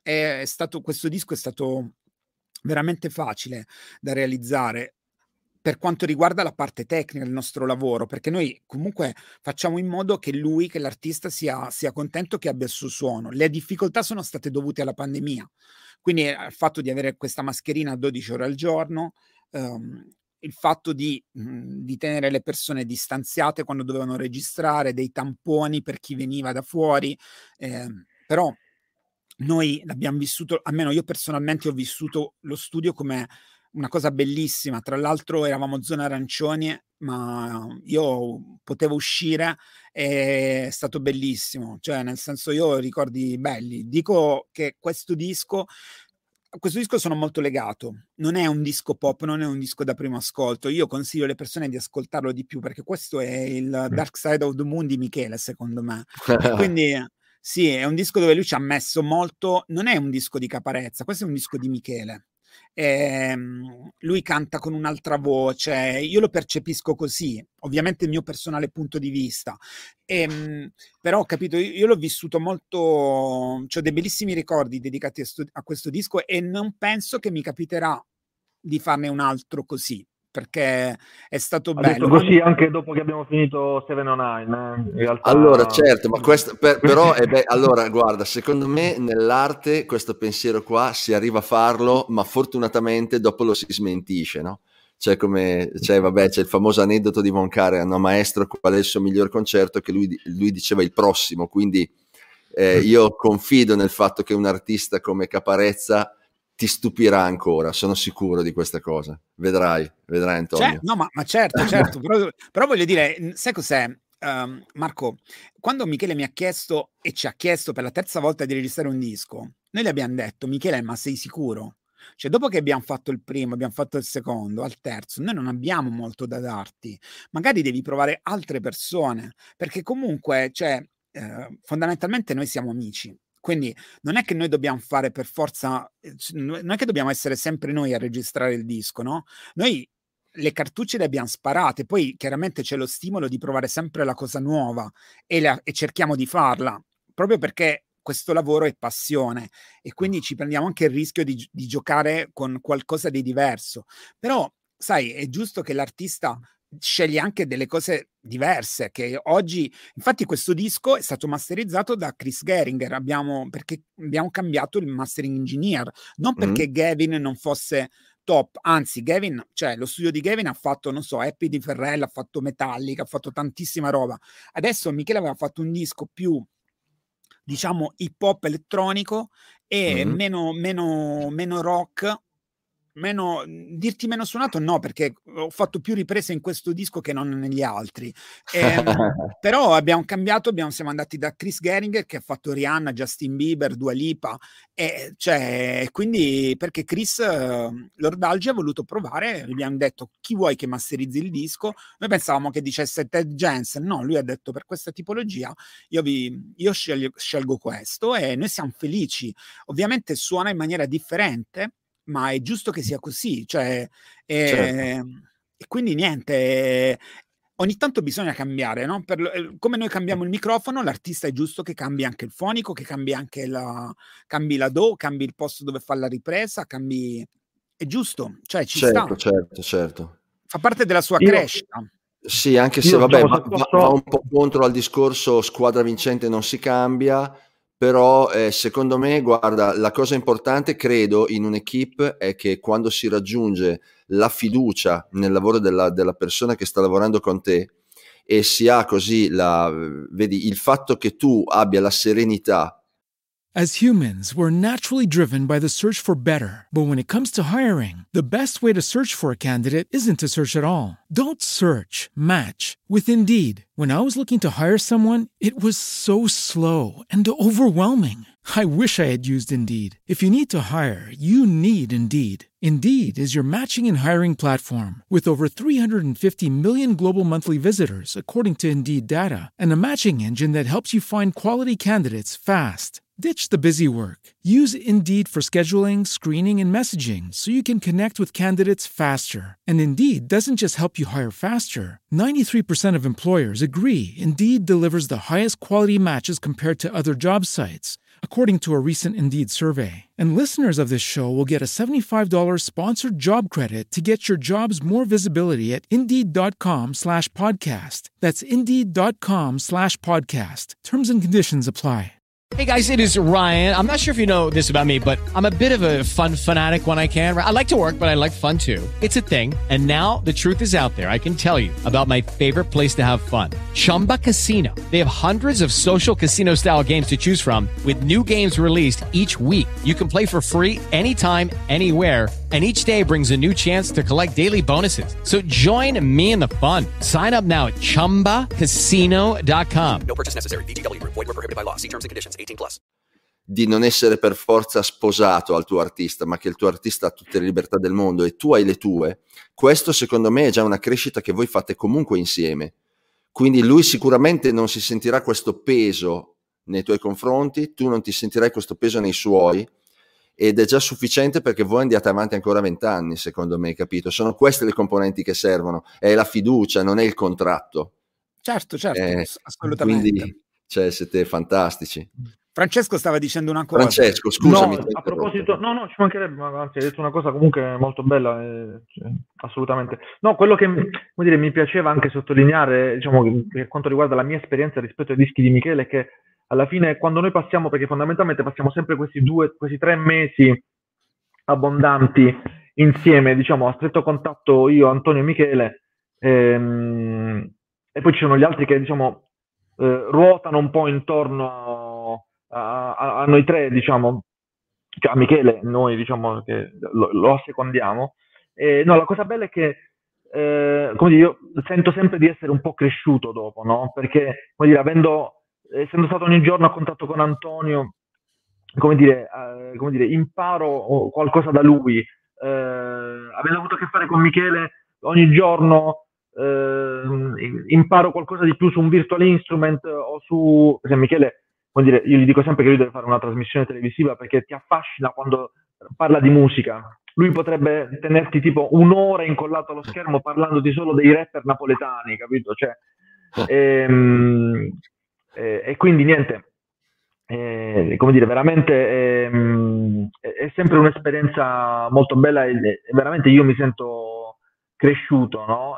questo disco è stato veramente facile da realizzare per quanto riguarda la parte tecnica del nostro lavoro, perché noi comunque facciamo in modo che l'artista sia contento, che abbia il suo suono. Le difficoltà sono state dovute alla pandemia, quindi al fatto di avere questa mascherina 12 ore al giorno, il fatto di tenere le persone distanziate quando dovevano registrare, dei tamponi per chi veniva da fuori, però noi l'abbiamo vissuto, almeno io personalmente ho vissuto lo studio come una cosa bellissima. Tra l'altro eravamo zona arancioni, ma io potevo uscire, è stato bellissimo, cioè nel senso, io ho ricordi belli. Dico che questo disco sono molto legato, non è un disco pop, non è un disco da primo ascolto. Io consiglio alle persone di ascoltarlo di più, perché questo è il Dark Side of the Moon di Michele, secondo me. E quindi sì, è un disco dove lui ci ha messo molto, non è un disco di Caparezza, questo è un disco di Michele. Lui canta con un'altra voce, io lo percepisco così, ovviamente il mio personale punto di vista, però ho capito, io l'ho vissuto molto, ho dei bellissimi ricordi dedicati a questo disco, e non penso che mi capiterà di farne un altro così, perché è stato bello. Detto così anche dopo che abbiamo finito 7 on 9, in realtà... Allora, certo, ma questo però allora, guarda, secondo me nell'arte questo pensiero qua si arriva a farlo, ma fortunatamente dopo lo si smentisce, no? C'è il famoso aneddoto di Von Karajan, no? Maestro, qual è il suo miglior concerto? Che lui diceva il prossimo, quindi io confido nel fatto che un artista come Caparezza ti stupirà ancora, sono sicuro di questa cosa. Vedrai Antonio. No, ma certo, però voglio dire, sai cos'è, Marco? Quando Michele mi ha chiesto, e ci ha chiesto per la terza volta, di registrare un disco, noi le abbiamo detto: Michele, ma sei sicuro? Cioè, dopo che abbiamo fatto il primo, abbiamo fatto il secondo, al terzo, noi non abbiamo molto da darti. Magari devi provare altre persone, perché comunque, fondamentalmente noi siamo amici. Quindi non è che noi dobbiamo fare per forza, non è che dobbiamo essere sempre noi a registrare il disco, no? Noi le cartucce le abbiamo sparate, poi chiaramente c'è lo stimolo di provare sempre la cosa nuova, e cerchiamo di farla, proprio perché questo lavoro è passione, e quindi ci prendiamo anche il rischio di giocare con qualcosa di diverso. Però, sai, è giusto che l'artista scegli anche delle cose diverse che oggi, infatti questo disco è stato masterizzato da Chris Gehringer, perché abbiamo cambiato il mastering engineer, non perché Gavin non fosse top, anzi Gavin, cioè lo studio di Gavin ha fatto, non so, Happy di Ferrell, ha fatto Metallica, ha fatto tantissima roba. Adesso Michele aveva fatto un disco più, diciamo, hip hop elettronico e meno rock, dirti meno suonato no, perché ho fatto più riprese in questo disco che non negli altri. Però abbiamo cambiato, siamo andati da Chris Gehringer che ha fatto Rihanna, Justin Bieber, Dua Lipa, e cioè, quindi perché Chris Lord-Alge ha voluto provare, gli abbiamo detto chi vuoi che masterizzi il disco, noi pensavamo che dicesse Ted Jensen, no, lui ha detto per questa tipologia io scelgo questo e noi siamo felici. Ovviamente suona in maniera differente, ma è giusto che sia così, cioè, e quindi niente, ogni tanto bisogna cambiare, no? Come noi cambiamo il microfono, l'artista è giusto che cambi anche il fonico, che cambi anche cambi la DAW, cambi il posto dove fa la ripresa, è giusto, cioè ci sta. Certo. Fa parte della sua crescita. Sì, anche se vabbè, va un po' contro al discorso squadra vincente non si cambia. Però secondo me, guarda, la cosa importante credo in un'equipe è che quando si raggiunge la fiducia nel lavoro della persona che sta lavorando con te e si ha così vedi, il fatto che tu abbia la serenità. As humans, we're naturally driven by the search for better. But when it comes to hiring, the best way to search for a candidate isn't to search at all. Don't search, match with Indeed. When I was looking to hire someone, it was so slow and overwhelming. I wish I had used Indeed. If you need to hire, you need Indeed. Indeed is your matching and hiring platform with over 350 million global monthly visitors, according to Indeed data, and a matching engine that helps you find quality candidates fast. Ditch the busy work. Use Indeed for scheduling, screening, and messaging so you can connect with candidates faster. And Indeed doesn't just help you hire faster. 93% of employers agree Indeed delivers the highest quality matches compared to other job sites, according to a recent Indeed survey. And listeners of this show will get a $75 sponsored job credit to get your jobs more visibility at Indeed.com/podcast. That's Indeed.com/podcast. Terms and conditions apply. Hey guys, it is Ryan. I'm not sure if you know this about me, but I'm a bit of a fun fanatic when I can. I like to work, but I like fun too. It's a thing. And now the truth is out there. I can tell you about my favorite place to have fun. Chumba Casino. They have hundreds of social casino style games to choose from with new games released each week. You can play for free anytime, anywhere. And each day brings a new chance to collect daily bonuses. So join me in the fun. Sign up now at ChumbaCasino.com. No purchase necessary. VGW. Void where prohibited by law. See terms and conditions. 18+. Di non essere per forza sposato al tuo artista, ma che il tuo artista ha tutte le libertà del mondo e tu hai le tue, questo secondo me è già una crescita che voi fate comunque insieme. Quindi lui sicuramente non si sentirà questo peso nei tuoi confronti, tu non ti sentirai questo peso nei suoi, ed è già sufficiente perché voi andiate avanti ancora 20 anni, secondo me, capito? Sono queste le componenti che servono, è la fiducia, non è il contratto. Certo, assolutamente. Quindi, cioè, siete fantastici. Francesco stava dicendo una cosa. Francesco, scusami. No, a proposito, no, ci mancherebbe, ma anzi, hai detto una cosa comunque molto bella, assolutamente. No, quello che mi piaceva anche sottolineare, diciamo, per quanto riguarda la mia esperienza rispetto ai dischi di Michele, è che alla fine, quando noi passiamo, perché fondamentalmente passiamo sempre questi 3 mesi abbondanti insieme, diciamo, a stretto contatto io, Antonio e Michele, e poi ci sono gli altri che, diciamo, ruotano un po' intorno a noi tre, diciamo, cioè a Michele, noi diciamo che lo assecondiamo. No, la cosa bella è che come dire, io sento sempre di essere un po' cresciuto dopo, no? Perché, come dire, essendo stato ogni giorno a contatto con Antonio, come dire, imparo qualcosa da lui. Avendo avuto a che fare con Michele ogni giorno, imparo qualcosa di più su un virtual instrument o su, perché Michele, come dire, io gli dico sempre che lui deve fare una trasmissione televisiva perché ti affascina quando parla di musica. Lui potrebbe tenerti tipo un'ora incollato allo schermo parlandoti solo dei rapper napoletani, capito? Cioè, e quindi niente, come dire, veramente è sempre un'esperienza molto bella e veramente io mi sento cresciuto, no?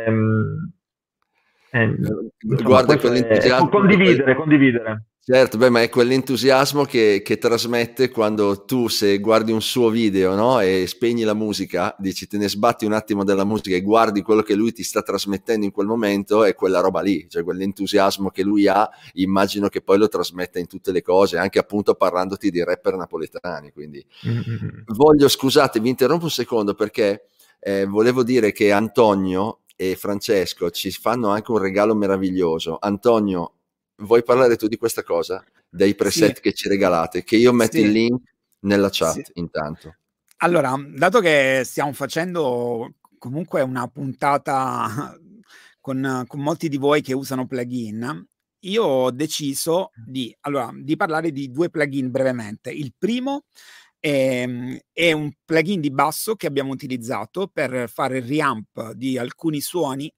Guarda, quell'entusiasmo... Condividere. Certo, ma è quell'entusiasmo che trasmette quando tu, se guardi un suo video, no, e spegni la musica, dici, te ne sbatti un attimo della musica e guardi quello che lui ti sta trasmettendo in quel momento, è quella roba lì, cioè quell'entusiasmo che lui ha, immagino che poi lo trasmetta in tutte le cose, anche appunto parlandoti di rapper napoletani. Quindi scusate, vi interrompo un secondo perché volevo dire che Antonio e Francesco ci fanno anche un regalo meraviglioso. Antonio, vuoi parlare tu di questa cosa? Dei preset che ci regalate, che io metto il link nella chat intanto. Allora, dato che stiamo facendo comunque una puntata con molti di voi che usano plugin, io ho deciso di parlare di 2 plugin brevemente. Il primo è un plugin di basso che abbiamo utilizzato per fare il reamp di alcuni suoni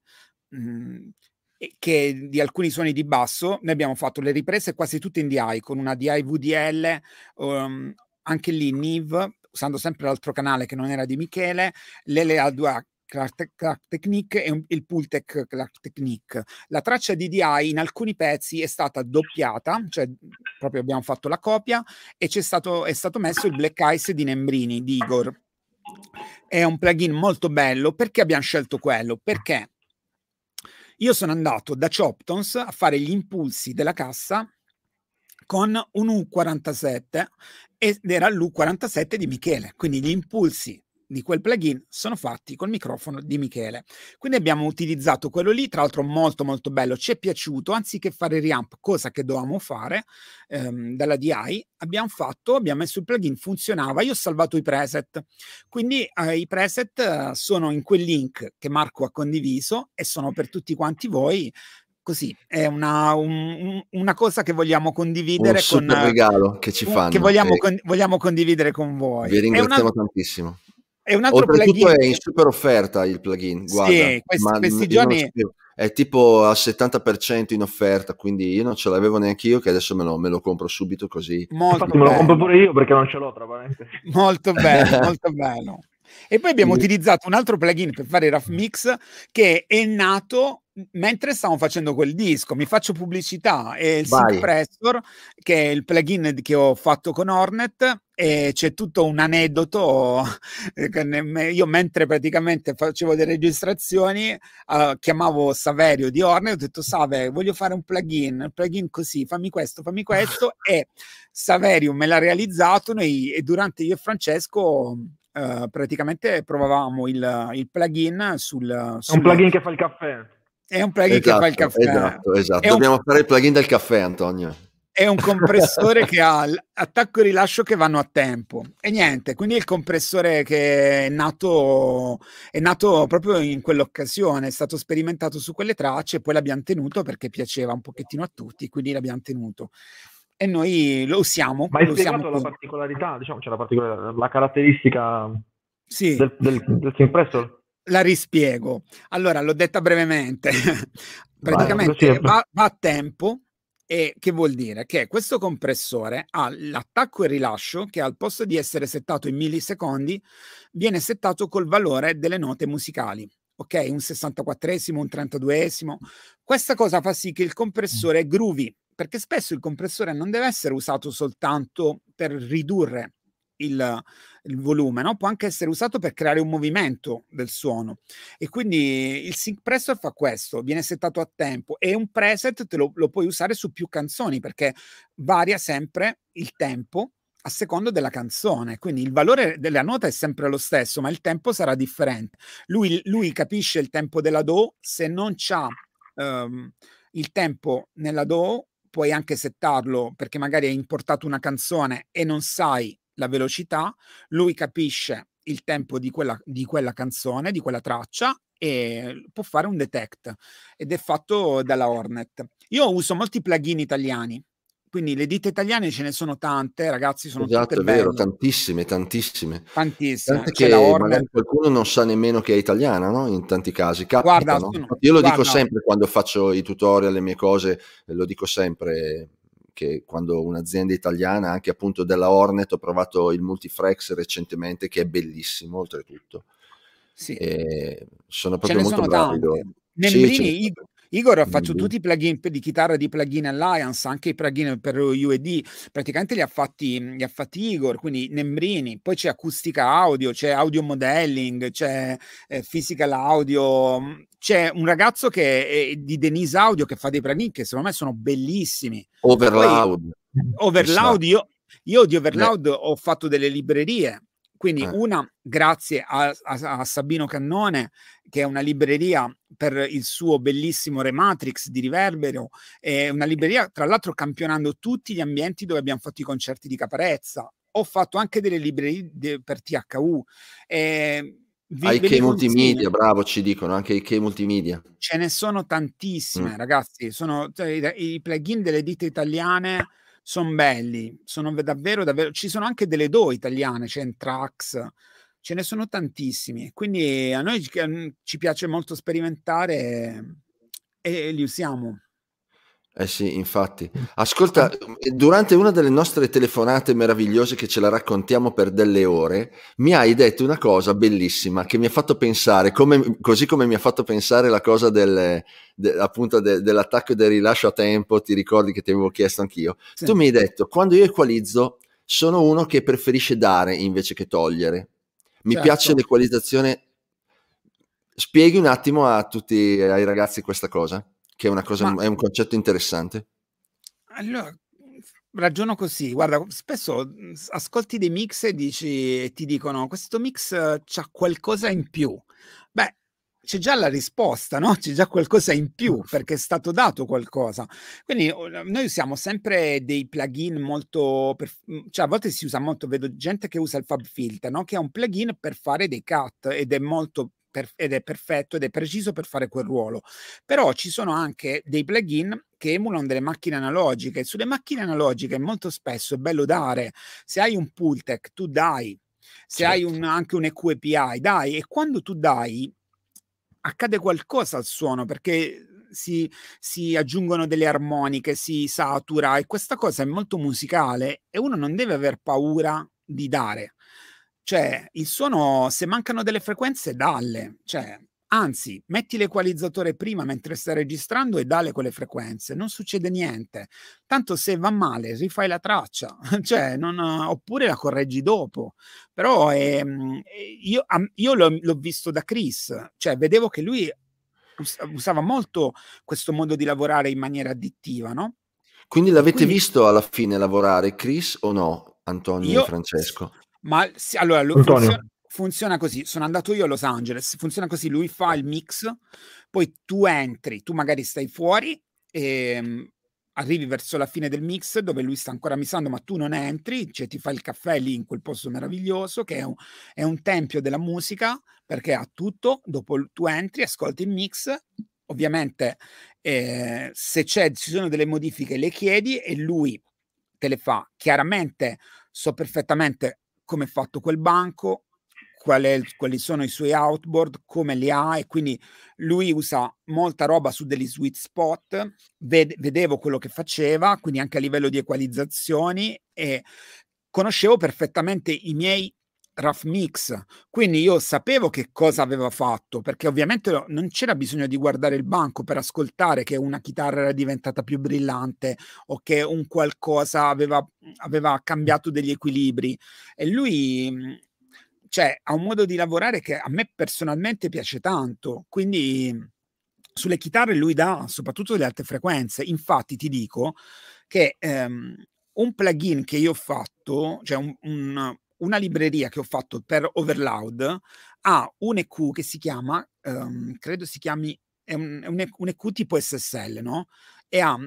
di alcuni suoni di basso. Noi abbiamo fatto le riprese quasi tutte in DI, con una DI VDL, anche lì NIV, usando sempre l'altro canale che non era di Michele, l'LA2 Clark Technique e il Pultec Clark Technique. La traccia di DI in alcuni pezzi è stata doppiata, cioè proprio abbiamo fatto la copia, e è stato messo il Black Ice di Nembrini, di Igor. È un plugin molto bello. Perché abbiamo scelto quello? Perché io sono andato da Choptons a fare gli impulsi della cassa con un U47 ed era l'U47 di Michele, quindi gli impulsi di quel plugin sono fatti col microfono di Michele. Quindi abbiamo utilizzato quello lì, tra l'altro molto molto bello, ci è piaciuto. Anziché fare reamp, cosa che dovevamo fare dalla DI, abbiamo messo il plugin, funzionava, io ho salvato i preset, quindi i preset sono in quel link che Marco ha condiviso e sono per tutti quanti voi. Così è una cosa che vogliamo condividere, un super regalo che ci fanno, che vogliamo condividere con voi. Vi ringraziamo tantissimo. È un altro oltretutto plugin è in super offerta il plugin, guarda, sì, questi giorni è tipo al 70% in offerta, quindi io non ce l'avevo neanche io, che adesso me lo compro subito così. Infatti me lo compro pure io perché non ce l'ho, tra parentesi. Molto bello, molto bello. E poi abbiamo utilizzato un altro plugin per fare il rough mix che è nato mentre stavamo facendo quel disco. Mi faccio pubblicità, è il Syncpressor, che è il plugin che ho fatto con Hornet, e c'è tutto un aneddoto. Io mentre praticamente facevo delle registrazioni chiamavo Saverio di Hornet, ho detto: Save, voglio fare un plugin così, fammi questo e Saverio me l'ha realizzato. E durante io e Francesco praticamente provavamo il plugin È un plugin che fa il caffè. È un plugin che fa il caffè. Esatto. Dobbiamo fare il plugin del caffè, Antonio. È un compressore che ha attacco e rilascio che vanno a tempo. E niente, quindi il compressore che è nato proprio in quell'occasione, è stato sperimentato su quelle tracce e poi l'abbiamo tenuto perché piaceva un pochettino a tutti, quindi l'abbiamo tenuto. E noi lo usiamo. Ma hai spiegato la particolarità, diciamo, cioè la caratteristica del Syncpressor? La rispiego. Allora, l'ho detta brevemente. Praticamente va a tempo. E che vuol dire? Che questo compressore ha l'attacco e rilascio che al posto di essere settato in millisecondi viene settato col valore delle note musicali. Ok? Un 64esimo, un 32esimo. Questa cosa fa sì che il compressore groovy, perché spesso il compressore non deve essere usato soltanto per ridurre il volume, no? Può anche essere usato per creare un movimento del suono, e quindi il Syncpressor fa questo, viene settato a tempo, e un preset lo puoi usare su più canzoni perché varia sempre il tempo a secondo della canzone, quindi il valore della nota è sempre lo stesso ma il tempo sarà differente. Lui capisce il tempo della Do, se non c'ha il tempo nella Do puoi anche settarlo perché magari hai importato una canzone e non sai la velocità, lui capisce il tempo di quella canzone, di quella traccia, e può fare un detect, ed è fatto dalla Hornet. Io uso molti plugin italiani, quindi le ditte italiane ce ne sono tante, ragazzi, sono tutte belle. È vero, tantissime. Tante che magari qualcuno non sa nemmeno che è italiana, no? In tanti casi capita, no? Io lo dico sempre quando faccio i tutorial, le mie cose, lo dico sempre, che quando un'azienda italiana, anche appunto della Hornet, ho provato il Multiflex recentemente, che è bellissimo oltretutto. Sì. Sono Ce proprio ne molto sono bravi tante. loro. Nembrini, Igor, faccio Nembrini. tutti i plugin di chitarra di Plugin Alliance, anche i plugin per UED, praticamente li ha fatti Igor, quindi Nembrini, poi c'è acustica audio, c'è audio modelling, c'è physical audio, c'è un ragazzo che è di Denise Audio che fa dei plugin che secondo me sono bellissimi. Overloud. Overloud, io di Overloud ho fatto delle librerie, quindi una grazie a Sabino Cannone, che è una libreria per il suo bellissimo Rematrix di Riverbero, è una libreria tra l'altro campionando tutti gli ambienti dove abbiamo fatto i concerti di Caparezza. Ho fatto anche delle librerie per THU. IK Multimedia, bravo, ci dicono anche IK Multimedia. Ce ne sono tantissime, ragazzi. I plugin delle ditte italiane sono belli, sono davvero. Ci sono anche delle DAW italiane, c'è Entrax, ce ne sono tantissimi. Quindi a noi ci piace molto sperimentare e li usiamo. Sì, infatti. Ascolta, durante una delle nostre telefonate meravigliose che ce la raccontiamo per delle ore, mi hai detto una cosa bellissima che mi ha fatto pensare, così come mi ha fatto pensare la cosa appunto dell'attacco e del rilascio a tempo, ti ricordi che ti avevo chiesto anch'io? Sì. Tu mi hai detto, quando io equalizzo, sono uno che preferisce dare invece che togliere. Mi piace l'equalizzazione. Spieghi un attimo ai ragazzi questa cosa? Che è una cosa, è un concetto interessante. Allora, ragiono così, guarda, spesso ascolti dei mix e ti dicono questo mix c'ha qualcosa in più. Beh, c'è già la risposta, no? C'è già qualcosa in più perché è stato dato qualcosa. Quindi noi usiamo sempre dei plugin molto, cioè a volte si usa molto, vedo gente che usa il FabFilter, no? Che è un plugin per fare dei cut ed è molto ed è perfetto ed è preciso per fare quel ruolo. Però ci sono anche dei plugin che emulano delle macchine analogiche. Sulle macchine analogiche molto spesso è bello dare, se hai un Pultec tu dai, se hai anche un EQ API dai, e quando tu dai accade qualcosa al suono perché si aggiungono delle armoniche, si satura, e questa cosa è molto musicale e uno non deve aver paura di dare. Cioè, il suono, se mancano delle frequenze, dalle. Cioè, anzi, metti l'equalizzatore prima mentre stai registrando e dalle quelle frequenze. Non succede niente. Tanto se va male, rifai la traccia. Cioè, oppure la correggi dopo. Però io l'ho visto da Chris. Cioè, vedevo che lui usava molto questo modo di lavorare in maniera addittiva, no? Quindi l'avete visto alla fine lavorare, Chris, o no, Antonio e Francesco? Ma allora funziona così. Sono andato io a Los Angeles, funziona così: lui fa il mix, poi tu entri, tu magari stai fuori e arrivi verso la fine del mix dove lui sta ancora mixando, ma tu non entri, cioè ti fa il caffè lì in quel posto meraviglioso che è un tempio della musica, perché ha tutto. Dopo tu entri, ascolti il mix, ovviamente se ci sono delle modifiche le chiedi e lui te le fa. Chiaramente so perfettamente come è fatto quel banco, quali sono i suoi outboard, come li ha, e quindi lui usa molta roba su degli sweet spot. Vedevo quello che faceva, quindi anche a livello di equalizzazioni, e conoscevo perfettamente i miei rough mix, quindi io sapevo che cosa aveva fatto, perché ovviamente non c'era bisogno di guardare il banco per ascoltare che una chitarra era diventata più brillante o che un qualcosa aveva cambiato degli equilibri. E lui ha un modo di lavorare che a me personalmente piace tanto, quindi sulle chitarre lui dà soprattutto delle alte frequenze. Infatti ti dico che un plugin che io ho fatto, cioè una libreria che ho fatto per Overloud, ha un EQ che si chiama, credo si chiami, è un EQ tipo SSL, no? E ha,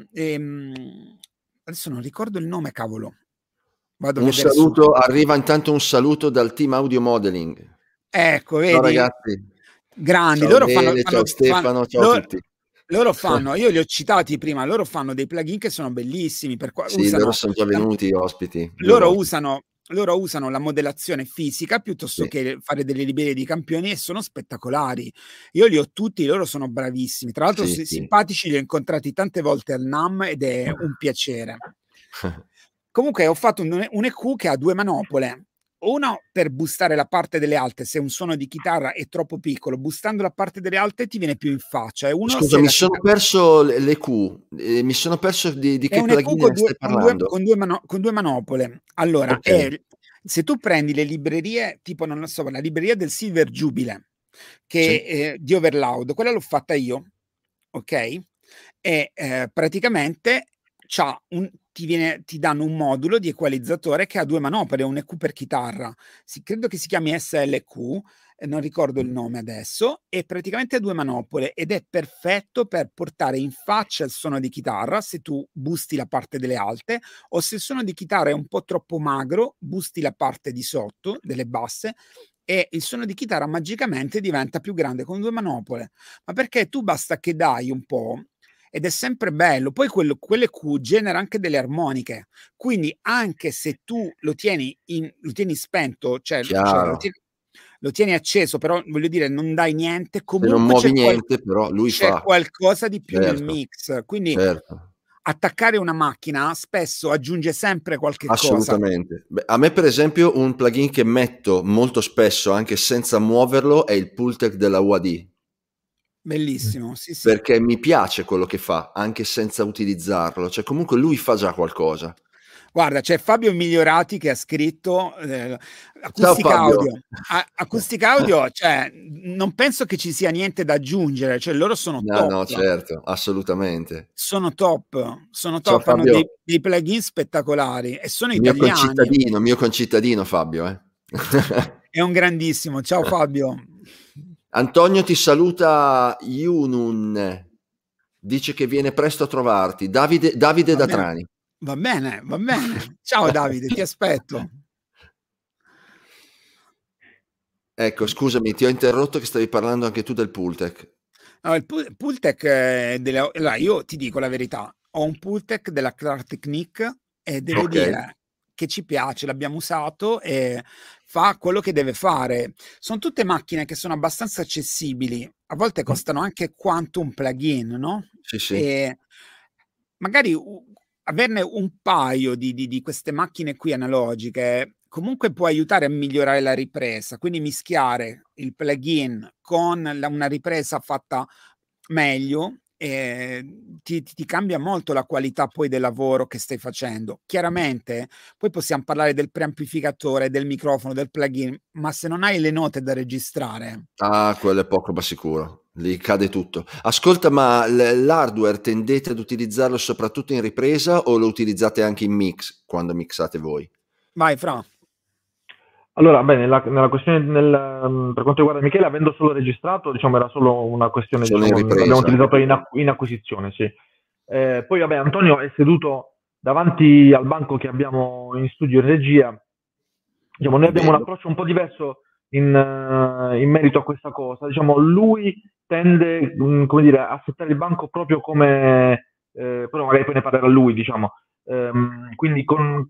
adesso non ricordo il nome, cavolo. Un saluto, arriva intanto un saluto dal team Audio Modeling. Ecco, vedi? Ciao ragazzi. Grandi, ciao loro Bene, ciao Stefano, ciao a tutti. Loro fanno, io li ho citati prima, loro fanno dei plugin che sono bellissimi. Loro sono già venuti ospiti. Loro usano la modellazione fisica piuttosto che fare delle librerie di campioni, e sono spettacolari. Io li ho tutti, loro sono bravissimi. Tra l'altro simpatici, li ho incontrati tante volte al NAMM ed è un piacere. Comunque ho fatto un EQ che ha 2 manopole. uno per boostare la parte delle alte, se un suono di chitarra è troppo piccolo, boostando la parte delle alte ti viene più in faccia. E uno Scusa, mi sono perso le Q, mi sono perso di che plugin stai parlando? Con due manopole. Allora, se tu prendi le librerie, tipo, non lo so, la libreria del Silver Jubilee, che di Overloud, quella l'ho fatta io, ok? E praticamente ti danno un modulo di equalizzatore che ha due manopole, un EQ per chitarra, credo che si chiami SLQ, non ricordo il nome adesso, e praticamente ha due manopole ed è perfetto per portare in faccia il suono di chitarra se tu boosti la parte delle alte, o se il suono di chitarra è un po' troppo magro, boosti la parte di sotto delle basse e il suono di chitarra magicamente diventa più grande con due manopole, ma perché tu basta che dai un po', ed è sempre bello. Poi quelle Q genera anche delle armoniche, quindi anche se tu lo tieni spento, cioè lo tieni acceso, però voglio dire non dai niente, comunque se non muovi niente, però lui c'è qualcosa di più nel mix, quindi attaccare una macchina spesso aggiunge sempre qualche cosa. Assolutamente. Beh, a me per esempio un plugin che metto molto spesso anche senza muoverlo è il Pultec della UAD. Bellissimo, sì. Perché mi piace quello che fa, anche senza utilizzarlo, cioè comunque lui fa già qualcosa. Guarda, c'è Fabio Migliorati che ha scritto Acustica Audio. Acustica Audio, cioè, non penso che ci sia niente da aggiungere, cioè loro sono top. No, certo, assolutamente. Sono top, Ciao, hanno dei plugin spettacolari e sono italiani. Mio concittadino Fabio. È un grandissimo, ciao Fabio. Antonio ti saluta Yunun, dice che viene presto a trovarti. Davide da Trani. Va bene. Ciao Davide, ti aspetto. Ecco, scusami, ti ho interrotto che stavi parlando anche tu del Pultec. No, il Pultec allora, io ti dico la verità, ho un Pultec della Clark Technique e devo dire che ci piace, l'abbiamo usato e fa quello che deve fare. Sono tutte macchine che sono abbastanza accessibili, a volte costano anche quanto un plugin, no? Sì. E magari averne un paio di queste macchine qui analogiche comunque può aiutare a migliorare la ripresa, quindi mischiare il plugin con una ripresa fatta meglio ti cambia molto la qualità poi del lavoro che stai facendo. Chiaramente poi possiamo parlare del preamplificatore, del microfono, del plugin, ma se non hai le note da registrare, quello è poco ma sicuro, lì cade tutto. Ascolta, ma l'hardware tendete ad utilizzarlo soprattutto in ripresa o lo utilizzate anche in mix quando mixate voi? Vai Fra. Allora, beh, nella questione per quanto riguarda Michele, avendo solo registrato, diciamo, era solo una questione, l'abbiamo utilizzato in acquisizione, sì. Poi, vabbè, Antonio è seduto davanti al banco che abbiamo in studio in regia. Diciamo, noi abbiamo un approccio un po' diverso in merito a questa cosa. Diciamo, lui tende, come dire, a settare il banco proprio come, però magari poi ne parlerà lui, diciamo. Quindi con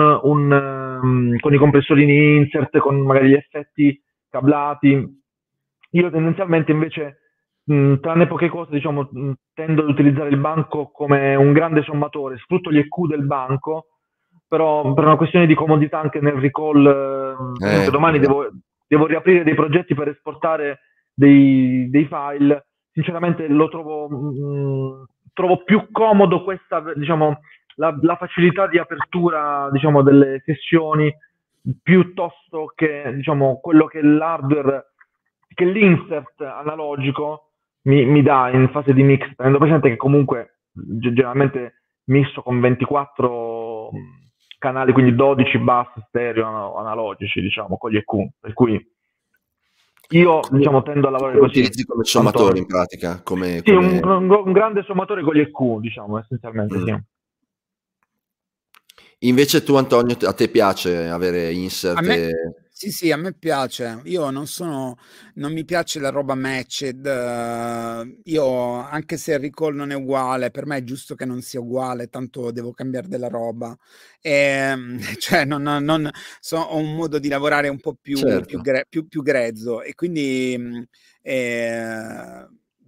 i compressorini insert, con magari gli effetti cablati. Io tendenzialmente invece, tranne poche cose, diciamo, tendo ad utilizzare il banco come un grande sommatore, sfrutto gli EQ del banco, però per una questione di comodità anche nel recall, domani devo riaprire dei progetti per esportare dei file. Sinceramente lo trovo più comodo questa, diciamo, la facilità di apertura, diciamo, delle sessioni, piuttosto che, diciamo, quello che l'hardware, che l'insert analogico mi dà in fase di mix, tenendo presente che comunque generalmente misso con 24 canali, quindi 12 bus stereo analogici, diciamo, con gli EQ, per cui io, diciamo, tendo a lavorare così. Utilizzi come sommatore in pratica? Sì, un grande sommatore con gli EQ, diciamo, essenzialmente, sì. Invece tu, Antonio, a te piace avere insert? Sì, a me piace. Io non mi piace la roba matched. Io, anche se il recall non è uguale, per me è giusto che non sia uguale, tanto devo cambiare della roba. Cioè, ho un modo di lavorare un po' più grezzo, e quindi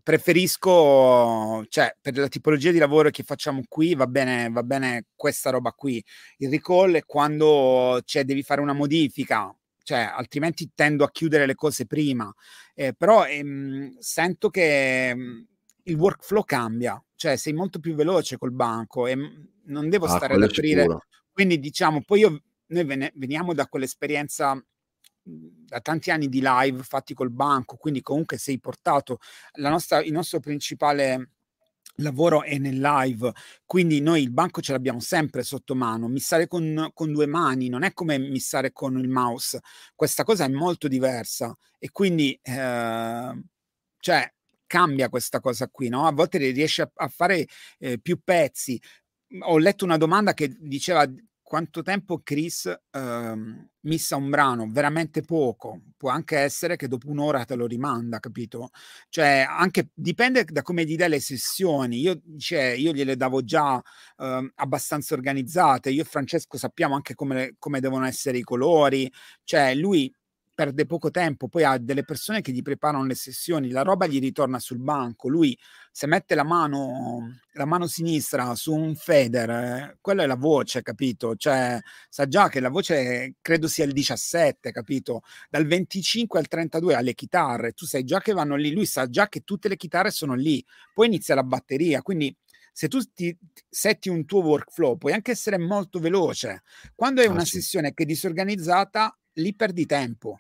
preferisco, cioè per la tipologia di lavoro che facciamo qui va bene questa roba qui. Il recall è quando devi fare una modifica, cioè altrimenti tendo a chiudere le cose prima, però sento che il workflow cambia, cioè sei molto più veloce col banco e non devo stare ad aprire, quindi diciamo poi noi veniamo da quell'esperienza da tanti anni di live fatti col banco, quindi comunque sei portato, il nostro principale lavoro è nel live, quindi noi il banco ce l'abbiamo sempre sotto mano. Missare con 2 mani non è come missare con il mouse, questa cosa è molto diversa e quindi cioè cambia questa cosa qui, no? A volte riesci a fare più pezzi. Ho letto una domanda che diceva quanto tempo Chris missa un brano, veramente poco, può anche essere che dopo un'ora te lo rimanda, capito? Cioè anche dipende da come gli dai le sessioni, io gliele davo già abbastanza organizzate, io e Francesco sappiamo anche come devono essere i colori, cioè lui perde poco tempo, poi ha delle persone che gli preparano le sessioni, la roba gli ritorna sul banco, lui se mette la mano sinistra su un fader, quella è la voce, capito? Cioè sa già che la voce credo sia il 17, capito? Dal 25 al 32 alle chitarre, tu sai già che vanno lì, lui sa già che tutte le chitarre sono lì, poi inizia la batteria, quindi se tu ti setti un tuo workflow puoi anche essere molto veloce, quando è una sessione che è disorganizzata lì perdi tempo.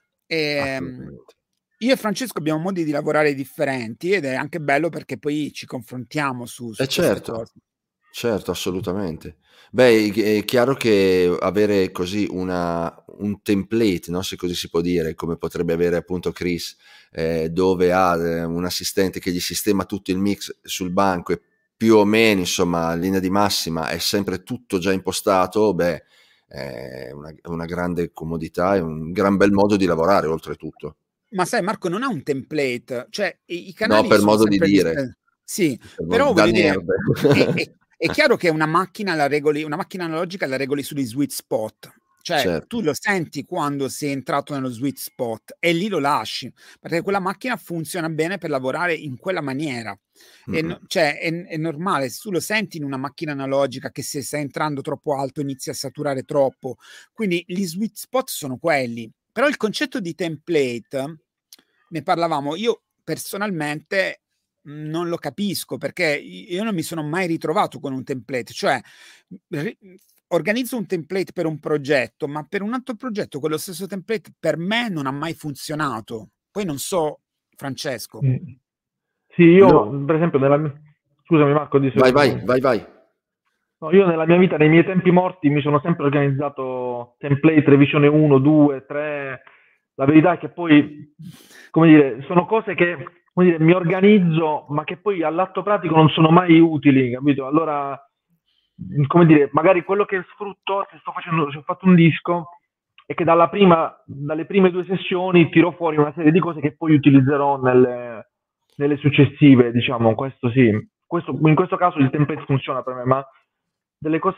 Io e Francesco abbiamo modi di lavorare differenti ed è anche bello perché poi ci confrontiamo su certo cose. Certo, assolutamente. Beh, è chiaro che avere così un template, no? Se così si può dire, come potrebbe avere appunto Chris, dove ha un assistente che gli sistema tutto il mix sul banco e più o meno, insomma, in linea di massima è sempre tutto già impostato, beh, è una grande comodità e un gran bel modo di lavorare oltretutto. Ma sai Marco, non ha un template, cioè i canali no, per sono modo di dire sì, però voglio dire è chiaro che una macchina analogica la regoli sugli sweet spot, cioè certo. Tu lo senti quando sei entrato nello sweet spot e lì lo lasci perché quella macchina funziona bene per lavorare in quella maniera. Cioè è normale, se tu lo senti in una macchina analogica che se stai entrando troppo alto inizi a saturare troppo, quindi gli sweet spot sono quelli. Però il concetto di template, ne parlavamo, io personalmente non lo capisco perché io non mi sono mai ritrovato con un template, cioè organizzo un template per un progetto, ma per un altro progetto quello stesso template per me non ha mai funzionato. Poi non so, Francesco. Sì, io per esempio scusami Marco, vai. No, io nella mia vita, nei miei tempi morti, mi sono sempre organizzato template, revisione 1, 2, 3. La verità è che poi, come dire, sono cose che mi organizzo, ma che poi all'atto pratico non sono mai utili, capito? Allora, come dire, magari quello che sfrutto, se ho fatto un disco, è che dalle prime 2 sessioni tiro fuori una serie di cose che poi utilizzerò nelle successive, diciamo, questo sì. In questo caso il template funziona per me, ma delle cose,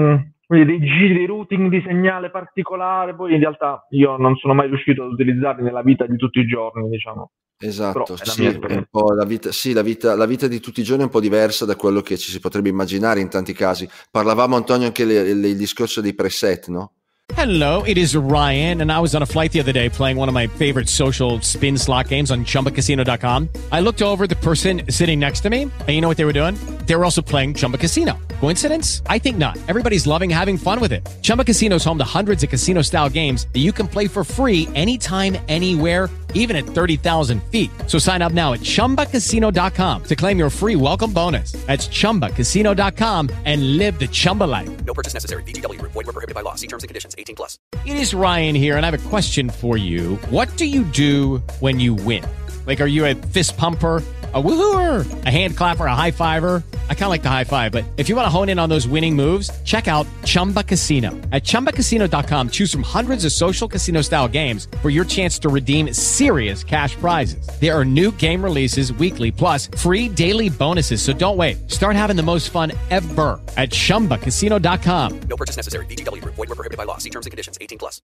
dei giri, dei routing di segnale particolare, poi in realtà io non sono mai riuscito ad utilizzarli nella vita di tutti i giorni, diciamo. Esatto, sì, un po' la vita di tutti i giorni è un po' diversa da quello che ci si potrebbe immaginare in tanti casi. Parlavamo, Antonio, anche il discorso dei preset, no? Hello, it is Ryan, and I was on a flight the other day playing one of my favorite social spin slot games on ChumbaCasino.com. I looked over at the person sitting next to me, and you know what they were doing? They were also playing Chumba Casino. Coincidence? I think not. Everybody's loving having fun with it. Chumba Casino is home to hundreds of casino-style games that you can play for free anytime, anywhere, even at 30,000 feet. So sign up now at ChumbaCasino.com to claim your free welcome bonus. That's ChumbaCasino.com and live the Chumba life. No purchase necessary. VGW. Void where prohibited by law. See terms and conditions. 18+. It is Ryan here, and I have a question for you. What do you do when you win? Like, are you a fist pumper, a woohooer, a hand clapper, a high fiver? I kind of like the high five, but if you want to hone in on those winning moves, check out Chumba Casino. At ChumbaCasino.com, choose from hundreds of social casino-style games for your chance to redeem serious cash prizes. There are new game releases weekly, plus free daily bonuses, so don't wait. Start having the most fun ever at ChumbaCasino.com. No purchase necessary. VGW. Void where prohibited by law. See terms and conditions. 18+.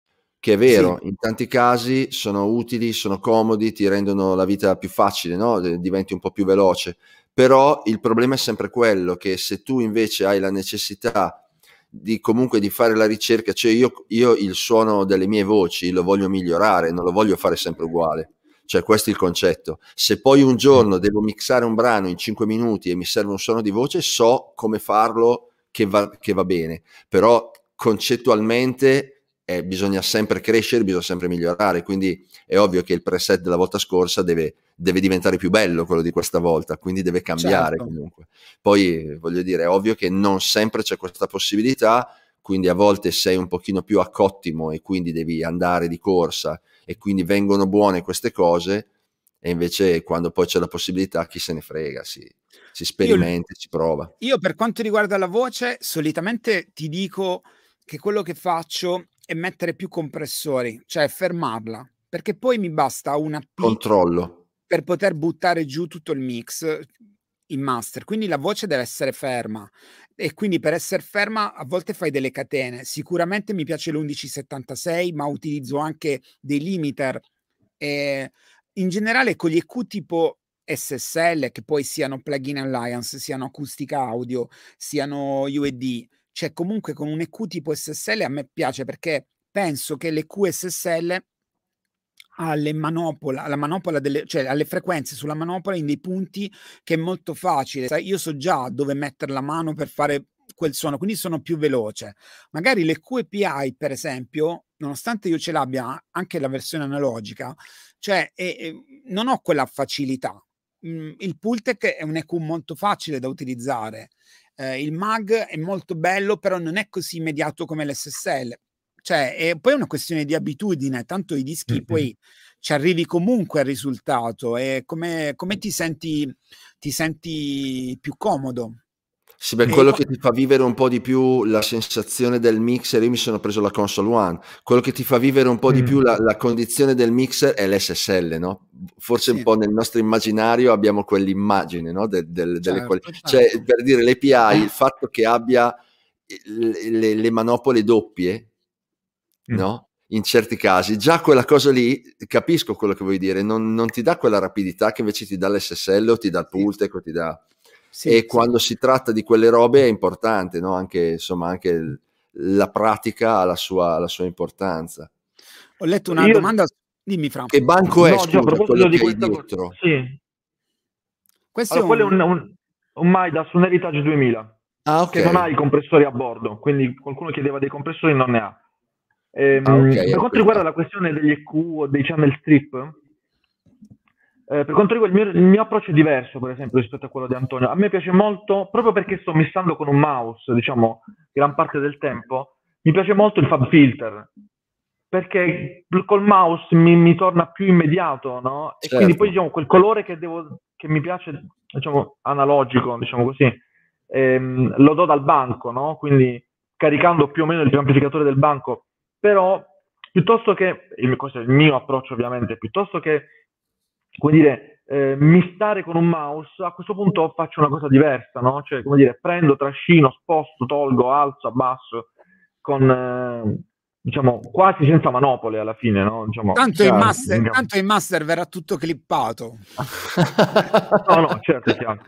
che è vero, in tanti casi sono utili, sono comodi, ti rendono la vita più facile, no? Diventi un po' più veloce, però il problema è sempre quello, che se tu invece hai la necessità di comunque di fare la ricerca, cioè io il suono delle mie voci lo voglio migliorare, non lo voglio fare sempre uguale. Cioè questo è il concetto. Se poi un giorno devo mixare un brano in 5 minuti e mi serve un suono di voce, so come farlo che va bene, però concettualmente bisogna sempre crescere, bisogna sempre migliorare, quindi è ovvio che il preset della volta scorsa deve diventare più bello quello di questa volta, quindi deve cambiare, certo. Comunque poi voglio dire, è ovvio che non sempre c'è questa possibilità, quindi a volte sei un pochino più a cottimo e quindi devi andare di corsa e quindi vengono buone queste cose, e invece quando poi c'è la possibilità chi se ne frega, si sperimenta, si prova. Io per quanto riguarda la voce, solitamente ti dico che quello che faccio è mettere più compressori, cioè fermarla, perché poi mi basta una P controllo per poter buttare giù tutto il mix in master, quindi la voce deve essere ferma, e quindi per essere ferma a volte fai delle catene. Sicuramente mi piace l'1176, ma utilizzo anche dei limiter, e in generale con gli EQ tipo SSL, che poi siano plugin Alliance, siano acustica audio, siano UED, cioè comunque con un EQ tipo SSL a me piace, perché penso che l'EQ SSL alle manopola cioè alle frequenze sulla manopola in dei punti che è molto facile, sai, io so già dove mettere la mano per fare quel suono, quindi sono più veloce. Magari l'EQ API, per esempio, nonostante io ce l'abbia anche la versione analogica, cioè non ho quella facilità. Il Pultec è un EQ molto facile da utilizzare, il Mag è molto bello, però non è così immediato come l'SSL. Cioè, e poi è una questione di abitudine, tanto i dischi poi ci arrivi comunque al risultato, e come ti senti più comodo. Sì, beh, quello che ti fa vivere un po' di più la sensazione del mixer, io mi sono preso la Console One, quello che ti fa vivere un po' di più la condizione del mixer è l'SSL, no? Forse un po' nel nostro immaginario abbiamo quell'immagine, no? Certo. Cioè, per dire, l'API, il fatto che abbia le manopole doppie, no? In certi casi, già quella cosa lì, capisco quello che vuoi dire, non ti dà quella rapidità che invece ti dà l'SSL o ti dà il Pultec o ti dà... quando si tratta di quelle robe è importante, no? Anche, insomma, anche la pratica ha la sua importanza. Ho letto una domanda, dimmi Fra. Che banco è, scusa, quello che hai dietro? Sì. Questo allora, quello è un Midas, un Heritage 2000, che non ha i compressori a bordo, quindi qualcuno chiedeva dei compressori, non ne ha. Per quanto riguarda la questione degli EQ o dei channel strip, per quanto riguarda il mio approccio è diverso, per esempio, rispetto a quello di Antonio. A me piace molto, proprio perché sto missando con un mouse, diciamo, gran parte del tempo, mi piace molto il Fab Filter, perché col mouse mi torna più immediato, no? E quindi poi, diciamo, quel colore che mi piace, diciamo, analogico, diciamo così, lo do dal banco, no? Quindi caricando più o meno il amplificatore del banco. Però, piuttosto che, questo è il mio approccio ovviamente, piuttosto che, come dire, mistare con un mouse, a questo punto faccio una cosa diversa, no? Cioè, come dire, prendo, trascino, sposto, tolgo, alzo, abbasso, con, diciamo, quasi senza manopole alla fine, no? Diciamo, tanto il master verrà tutto clippato. No, certo, è chiaro.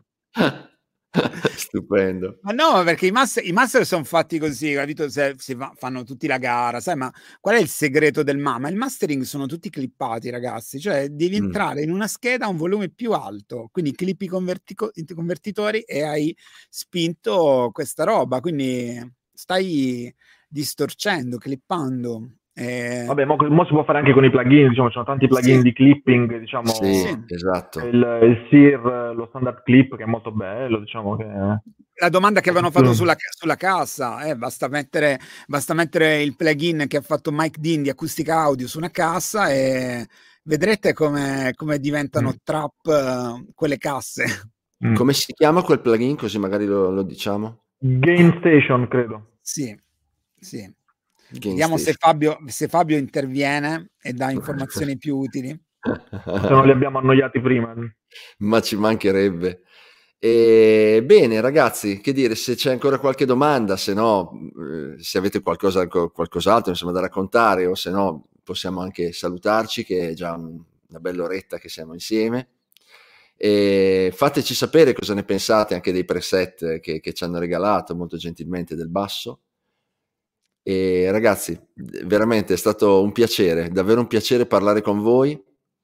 Stupendo. Ma no, perché i master sono fatti così, capito? Fanno tutti la gara, sai, ma qual è il segreto del ma? Il mastering sono tutti clippati, ragazzi, cioè devi entrare in una scheda a un volume più alto, quindi clippi i convertitori e hai spinto questa roba, quindi stai distorcendo, clippando. Vabbè, mo si può fare anche con i plugin, diciamo, ci sono tanti plugin di clipping, diciamo. Sì, esatto. Il SIR, lo standard clip, che è molto bello, diciamo che... La domanda che avevano fatto sulla cassa, basta mettere il plugin che ha fatto Mike Dean di Acustica Audio su una cassa e vedrete come diventano trap quelle casse. Come si chiama quel plugin? Così magari lo diciamo. Gain Station, credo. Sì. Vediamo se Fabio interviene e dà informazioni più utili. Se non li abbiamo annoiati prima. Ma ci mancherebbe. Bene ragazzi, che dire, se c'è ancora qualche domanda, se no, se avete qualcos'altro insomma da raccontare, o se no possiamo anche salutarci, che è già una bella oretta che siamo insieme. Fateci sapere cosa ne pensate anche dei preset che ci hanno regalato molto gentilmente del basso. E ragazzi, veramente è stato un piacere, davvero un piacere parlare con voi.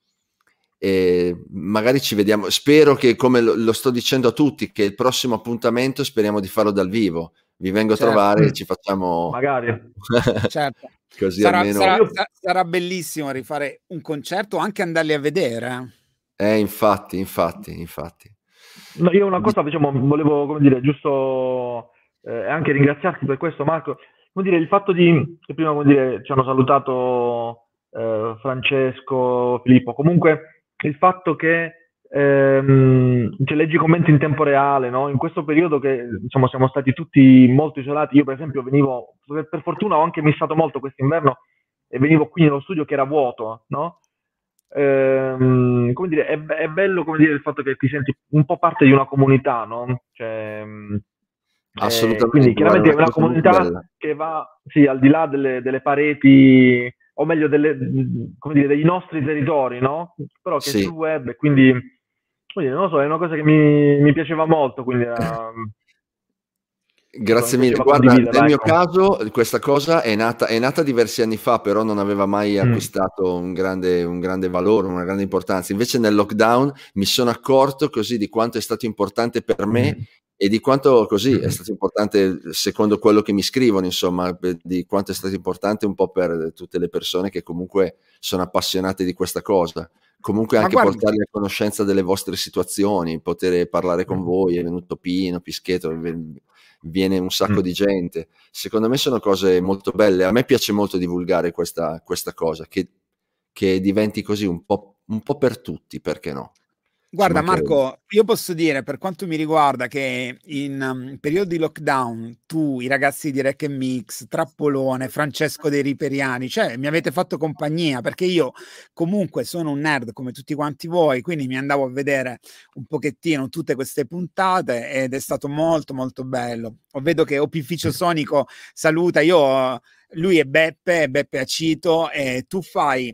E magari ci vediamo, spero che, come lo sto dicendo a tutti, che il prossimo appuntamento speriamo di farlo dal vivo, vi vengo a trovare e ci facciamo magari certo. Così almeno sarà bellissimo rifare un concerto, anche andarli a vedere. Infatti. No, io una cosa, diciamo, volevo, come dire, giusto anche ringraziarti per questo, Marco. Come dire, il fatto che prima, come dire, ci hanno salutato Francesco, Filippo, comunque il fatto che leggi i commenti in tempo reale, no? In questo periodo che insomma siamo stati tutti molto isolati. Io per esempio venivo, per fortuna ho anche missato molto quest'inverno e venivo qui nello studio che era vuoto, no? Come dire, è bello, come dire, il fatto che ti senti un po' parte di una comunità, no? Cioè, assolutamente. Quindi chiaramente è una comunità che va al di là delle pareti, o meglio come dire, dei nostri territori, no? Però che sul web, e quindi non lo so, è una cosa che mi piaceva molto, quindi grazie mille. Guarda, nel mio caso questa cosa è nata diversi anni fa, però non aveva mai acquistato un grande valore, una grande importanza. Invece nel lockdown mi sono accorto così di quanto è stato importante per me e di quanto così è stato importante, secondo quello che mi scrivono, insomma, di quanto è stato importante un po' per tutte le persone che comunque sono appassionate di questa cosa. Comunque anche portarli a conoscenza delle vostre situazioni, poter parlare con voi, è venuto Pino, Pischetto, viene un sacco di gente. Secondo me sono cose molto belle. A me piace molto divulgare questa cosa, che diventi così un po' per tutti, perché no? Guarda Marco, io posso dire per quanto mi riguarda che in periodo di lockdown tu, i ragazzi di Rec & Mix, Trappolone, Francesco dei Riperiani, cioè mi avete fatto compagnia, perché io comunque sono un nerd come tutti quanti voi, quindi mi andavo a vedere un pochettino tutte queste puntate ed è stato molto molto bello. Vedo che Opificio Sonico saluta, lui è Beppe Acito, e tu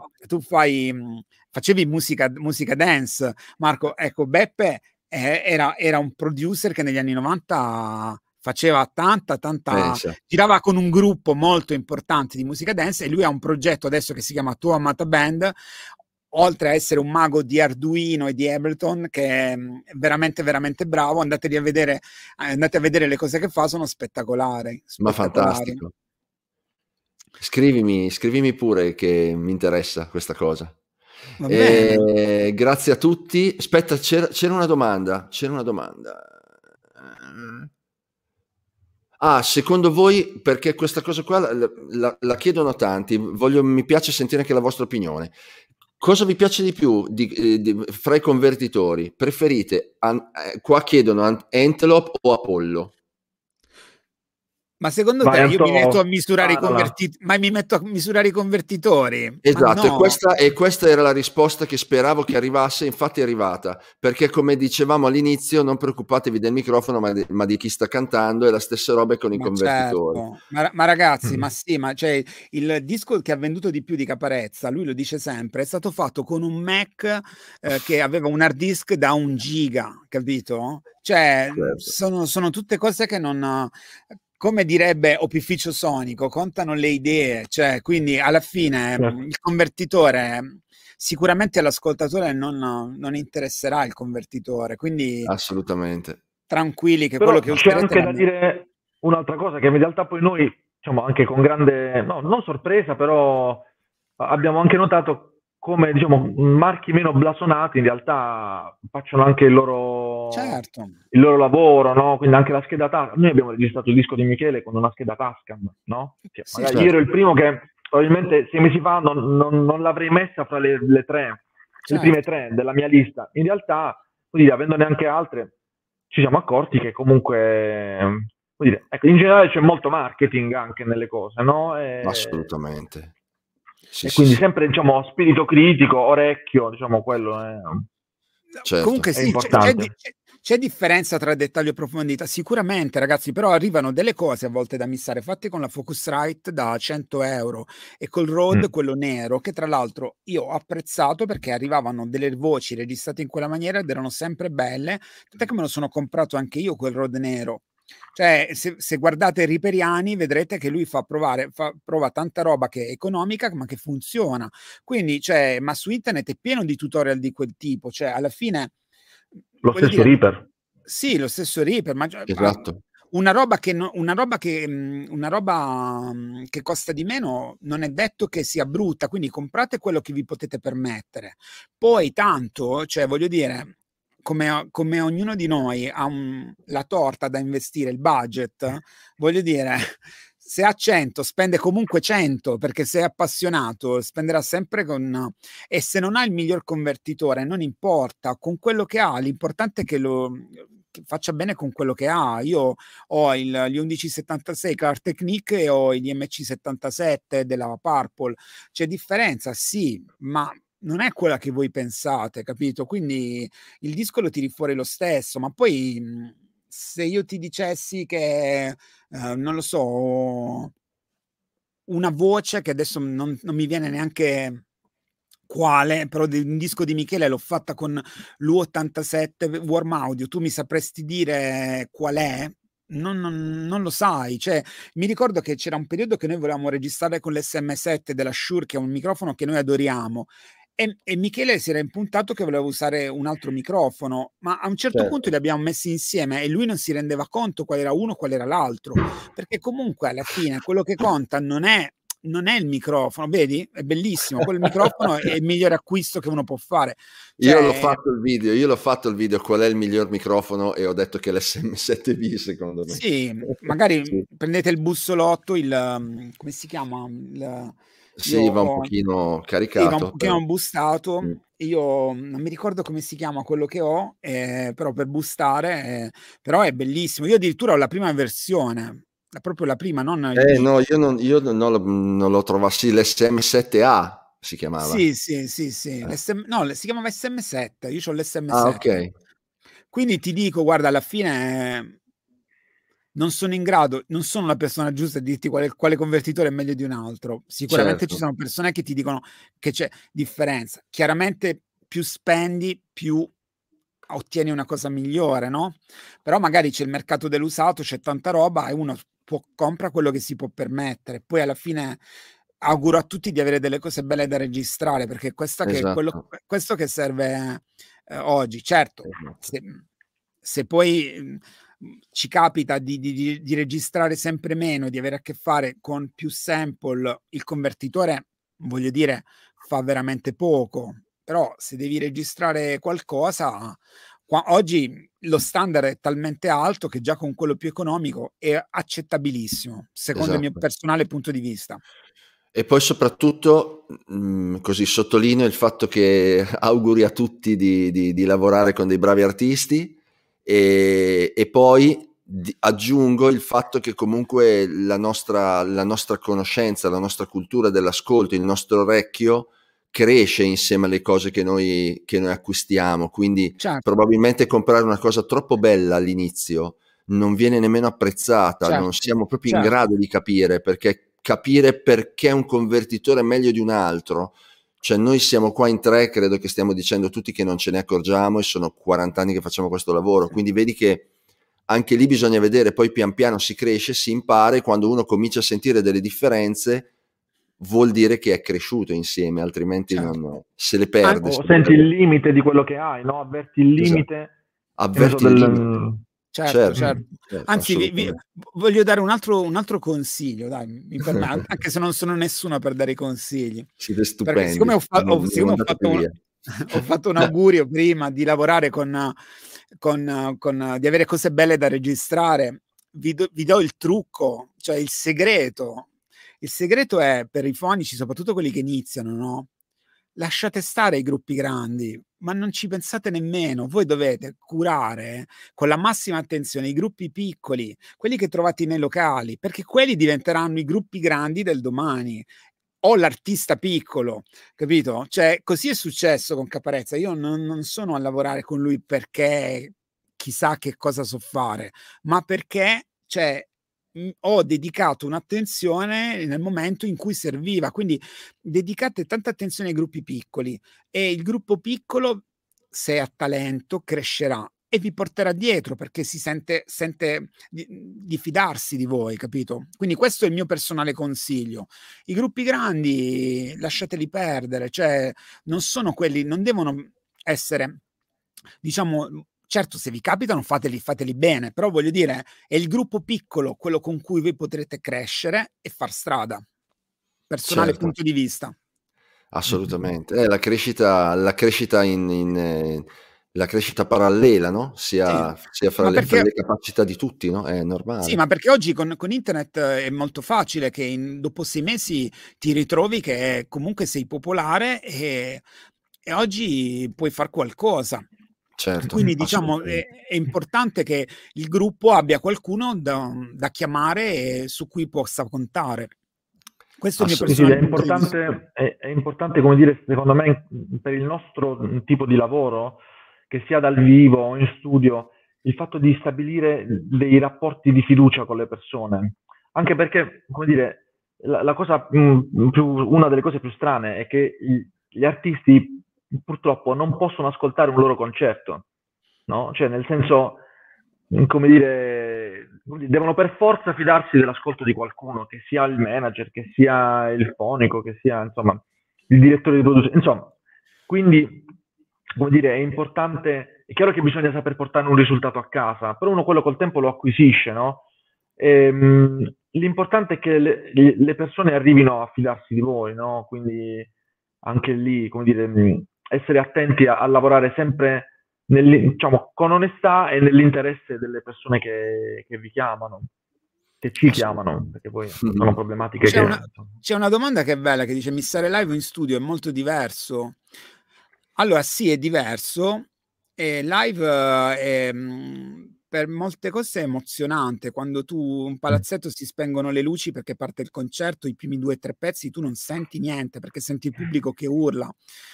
facevi musica dance, Marco. Ecco, Beppe era un producer che negli anni 90 faceva tanta girava con un gruppo molto importante di musica dance, e lui ha un progetto adesso che si chiama Tua Amata Band, oltre a essere un mago di Arduino e di Ableton, che è veramente veramente bravo. Andate a vedere le cose che fa, sono spettacolari. Ma fantastico. Scrivimi pure, che mi interessa questa cosa. Grazie a tutti. Aspetta, c'era una domanda. Secondo voi, perché questa cosa qua la chiedono tanti, mi piace sentire anche la vostra opinione. Cosa vi piace di più fra i convertitori? Preferite, qua chiedono Antelope o Apollo? Ma secondo te io mi metto a misurare i convertitori? Esatto, no. e questa era la risposta che speravo che arrivasse, infatti è arrivata, perché come dicevamo all'inizio, non preoccupatevi del microfono ma di chi sta cantando, è la stessa roba con i convertitori. Certo. Ma ragazzi, cioè, il disco che ha venduto di più di Caparezza, lui lo dice sempre, è stato fatto con un Mac che aveva un hard disk da 1 giga, capito? Cioè, certo. sono tutte cose che non... Come direbbe Opificio Sonico, contano le idee, cioè, quindi alla fine il convertitore, sicuramente all'ascoltatore non interesserà il convertitore, quindi assolutamente tranquilli che però quello che c'è anche da dire un'altra cosa, che in realtà poi noi, diciamo, anche con grande, non sorpresa, però abbiamo anche notato come, diciamo, marchi meno blasonati in realtà facciano anche il loro lavoro, no? Quindi anche la scheda Tascam. Noi abbiamo registrato il disco di Michele con una scheda Tascam, no? Magari io ero il primo che probabilmente 6 mesi fa non l'avrei messa fra le prime 3 della mia lista. In realtà, avendone anche altre, ci siamo accorti che comunque, ecco, in generale c'è molto marketing anche nelle cose, no? Assolutamente. E quindi sempre, diciamo, spirito critico, orecchio, diciamo, quello è... Certo. Comunque è importante. C'è differenza tra dettaglio e profondità? Sicuramente, ragazzi, però arrivano delle cose a volte da missare, fatte con la Focusrite da 100 euro e col Rode, quello nero, che tra l'altro io ho apprezzato perché arrivavano delle voci registrate in quella maniera ed erano sempre belle, tant'è che me lo sono comprato anche io quel Rode nero. Cioè, se guardate Riperiani vedrete che lui prova tanta roba che è economica ma che funziona. Quindi, cioè, ma su internet è pieno di tutorial di quel tipo, cioè alla fine... Lo stesso Reaper. Sì, lo stesso Reaper, ma Esatto. una roba che costa di meno non è detto che sia brutta, quindi comprate quello che vi potete permettere. Poi tanto, cioè voglio dire, come ognuno di noi ha la torta da investire, il budget, voglio dire, se ha 100 spende comunque 100, perché se è appassionato spenderà sempre e se non ha il miglior convertitore non importa, con quello che ha, l'importante è che che faccia bene con quello che ha. Io ho gli 1176 Clark Technique e ho gli MC77 della Purple. C'è differenza, sì, ma non è quella che voi pensate, capito? Quindi il disco lo tiri fuori lo stesso, ma poi se io ti dicessi che non lo so, una voce che adesso non mi viene neanche quale, però un disco di Michele l'ho fatta con l'U87 Warm Audio, tu mi sapresti dire qual è? Non lo sai, cioè mi ricordo che c'era un periodo che noi volevamo registrare con l'SM7 della Shure, che è un microfono che noi adoriamo, e Michele si era impuntato che voleva usare un altro microfono, ma a un certo punto li abbiamo messi insieme e lui non si rendeva conto qual era uno, qual era l'altro, perché comunque alla fine quello che conta non è il microfono, vedi? È bellissimo, quel microfono è il migliore acquisto che uno può fare. Cioè... Io l'ho fatto il video qual è il miglior microfono e ho detto che l'SM7B secondo me. Sì, magari prendete il bussolotto, come si chiama? Sì, va un pochino caricato. Sì, va un pochino bustato. Io non mi ricordo come si chiama quello che ho, però per bustare, però è bellissimo. Io addirittura ho la prima versione, proprio la prima, non il B. No, io non l'ho trovato. Sì, l'SM7A si chiamava. Sì. No, si chiamava SM7, io ho l'SM7. Ah, ok. Quindi ti dico, guarda, alla fine non sono in grado, non sono la persona giusta di dirti quale convertitore è meglio di un altro. Sicuramente ci sono persone che ti dicono che c'è differenza. Chiaramente più spendi, più ottieni una cosa migliore, no? Però magari c'è il mercato dell'usato, c'è tanta roba e uno compra quello che si può permettere. Poi alla fine auguro a tutti di avere delle cose belle da registrare, perché questo che serve oggi. Certo, se poi ci capita di registrare sempre meno, di avere a che fare con più sample, il convertitore, voglio dire, fa veramente poco. Però se devi registrare qualcosa, oggi lo standard è talmente alto che già con quello più economico è accettabilissimo, secondo il mio personale punto di vista. E poi soprattutto, così sottolineo il fatto che auguri a tutti di lavorare con dei bravi artisti e poi aggiungo il fatto che comunque la nostra conoscenza, la nostra cultura dell'ascolto, il nostro orecchio cresce insieme alle cose che noi acquistiamo, quindi probabilmente comprare una cosa troppo bella all'inizio non viene nemmeno apprezzata, non siamo proprio in grado di capire perché un convertitore è meglio di un altro. Cioè noi siamo qua in 3, credo che stiamo dicendo tutti che non ce ne accorgiamo e sono 40 anni che facciamo questo lavoro, quindi vedi che anche lì bisogna vedere, poi pian piano si cresce, si impara e quando uno comincia a sentire delle differenze vuol dire che è cresciuto insieme, altrimenti non se le perde. Senti il limite di quello che hai, no? Avverti il limite. Avverti il limite. Certo. Anzi, voglio dare un altro consiglio, dai, mi permette, anche se non sono nessuno per dare i consigli. Siete stupendi. Perché siccome ho fatto un augurio prima di lavorare di avere cose belle da registrare, vi do il trucco, cioè il segreto. Il segreto è, per i fonici, soprattutto quelli che iniziano, no? Lasciate stare i gruppi grandi, ma non ci pensate nemmeno. Voi dovete curare con la massima attenzione i gruppi piccoli, quelli che trovate nei locali, perché quelli diventeranno i gruppi grandi del domani. O l'artista piccolo, capito? Cioè, così è successo con Caparezza. Io non sono a lavorare con lui perché chissà che cosa so fare, ma perché ho dedicato un'attenzione nel momento in cui serviva. Quindi dedicate tanta attenzione ai gruppi piccoli, e il gruppo piccolo, se ha talento, crescerà e vi porterà dietro, perché sente di fidarsi di voi, capito? Quindi questo è il mio personale consiglio. I gruppi grandi lasciateli perdere, cioè non sono quelli, non devono essere, diciamo, certo, se vi capitano fateli bene, però voglio dire, è il gruppo piccolo quello con cui voi potrete crescere e far strada. Personale Certo. punto di vista. Assolutamente. La crescita la crescita parallela, no, sia fra Ma le perché capacità di tutti, no, è sì, normale. ma perché oggi con internet è molto facile che dopo 6 mesi ti ritrovi che comunque sei popolare, e oggi puoi far qualcosa. Certo, Quindi diciamo assolutamente. è importante che il gruppo abbia qualcuno da chiamare e su cui possa contare. Questo è il mio Sì, sì, personale è punto di vista. importante, è importante, come dire, secondo me, per il nostro tipo di lavoro, che sia dal vivo o in studio, il fatto di stabilire dei rapporti di fiducia con le persone. Anche perché, come dire, la cosa una delle cose più strane è che gli artisti purtroppo non possono ascoltare un loro concerto, no? Cioè, nel senso, come dire, devono per forza fidarsi dell'ascolto di qualcuno, che sia il manager, che sia il fonico, che sia, insomma, il direttore di produzione, insomma. Quindi, come dire, è importante, è chiaro che bisogna saper portare un risultato a casa, però uno quello col tempo lo acquisisce, no? L'importante è che le persone arrivino a fidarsi di voi, no? Quindi anche lì, come dire, essere attenti a lavorare sempre diciamo, con onestà e nell'interesse delle persone che vi chiamano, che ci chiamano, perché poi sono problematiche C'è che... una, c'è una domanda che è bella, che dice: mixare live o in studio è molto diverso? Allora sì, è diverso, e live per molte cose è emozionante. Quando un palazzetto si spengono le luci perché parte il concerto, i primi 2 o 3 pezzi tu non senti niente, perché senti il pubblico che urla.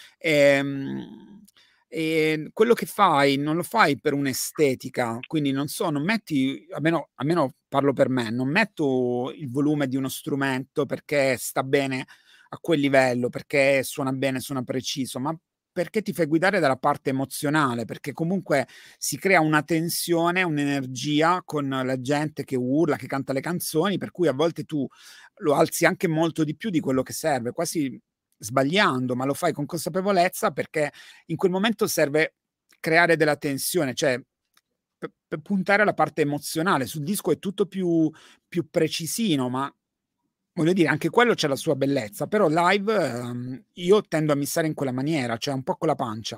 E quello che fai non lo fai per un'estetica, quindi non metti, almeno parlo per me, non metto il volume di uno strumento perché sta bene a quel livello, perché suona bene, suona preciso, ma perché ti fai guidare dalla parte emozionale, perché comunque si crea una tensione, un'energia con la gente che urla, che canta le canzoni, per cui a volte tu lo alzi anche molto di più di quello che serve, quasi sbagliando, ma lo fai con consapevolezza, perché in quel momento serve creare della tensione, cioè per puntare alla parte emozionale. Sul disco è tutto più precisino, ma voglio dire, anche quello c'ha la sua bellezza, però live, io tendo a missare in quella maniera, cioè un po' con la pancia.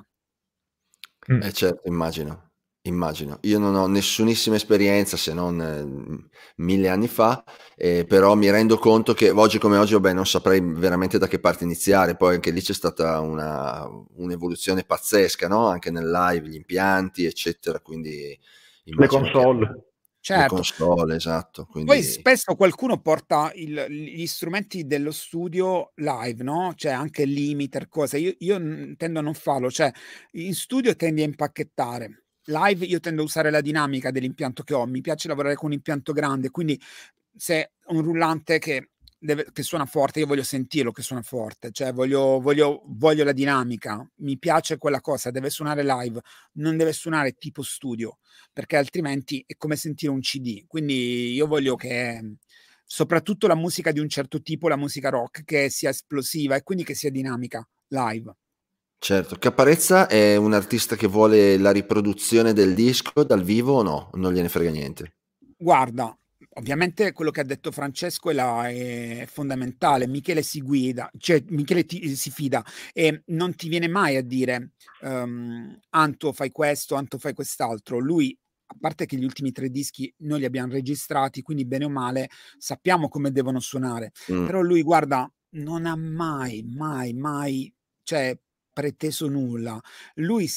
Certo, immagino. Io non ho nessunissima esperienza, se non 1000 anni fa, però mi rendo conto che oggi come oggi, vabbè, non saprei veramente da che parte iniziare. Poi anche lì c'è stata un'evoluzione pazzesca, no? Anche nel live, gli impianti, eccetera, quindi Le immagino che console. le Certo. console, esatto, Poi quindi spesso qualcuno porta gli strumenti dello studio live, no? Cioè anche il limiter, cose. Io tendo a non farlo, cioè in studio tendi a impacchettare. Live io tendo a usare la dinamica dell'impianto che ho, mi piace lavorare con un impianto grande, quindi se un rullante che suona forte, io voglio sentirlo che suona forte, cioè voglio la dinamica, mi piace quella cosa, deve suonare live, non deve suonare tipo studio, perché altrimenti è come sentire un CD. Quindi io voglio che soprattutto la musica di un certo tipo, la musica rock, che sia esplosiva e quindi che sia dinamica live. certo. Caparezza è un artista che vuole la riproduzione del disco dal vivo o no? Non gliene frega niente. Guarda, ovviamente quello che ha detto Francesco è fondamentale. Michele si guida, cioè Michele si fida, e non ti viene mai a dire Anto fai questo, Anto fai quest'altro. Lui, a parte che gli ultimi 3 dischi noi li abbiamo registrati, quindi bene o male sappiamo come devono suonare, però lui, guarda, non ha mai, cioè, preteso nulla. Lui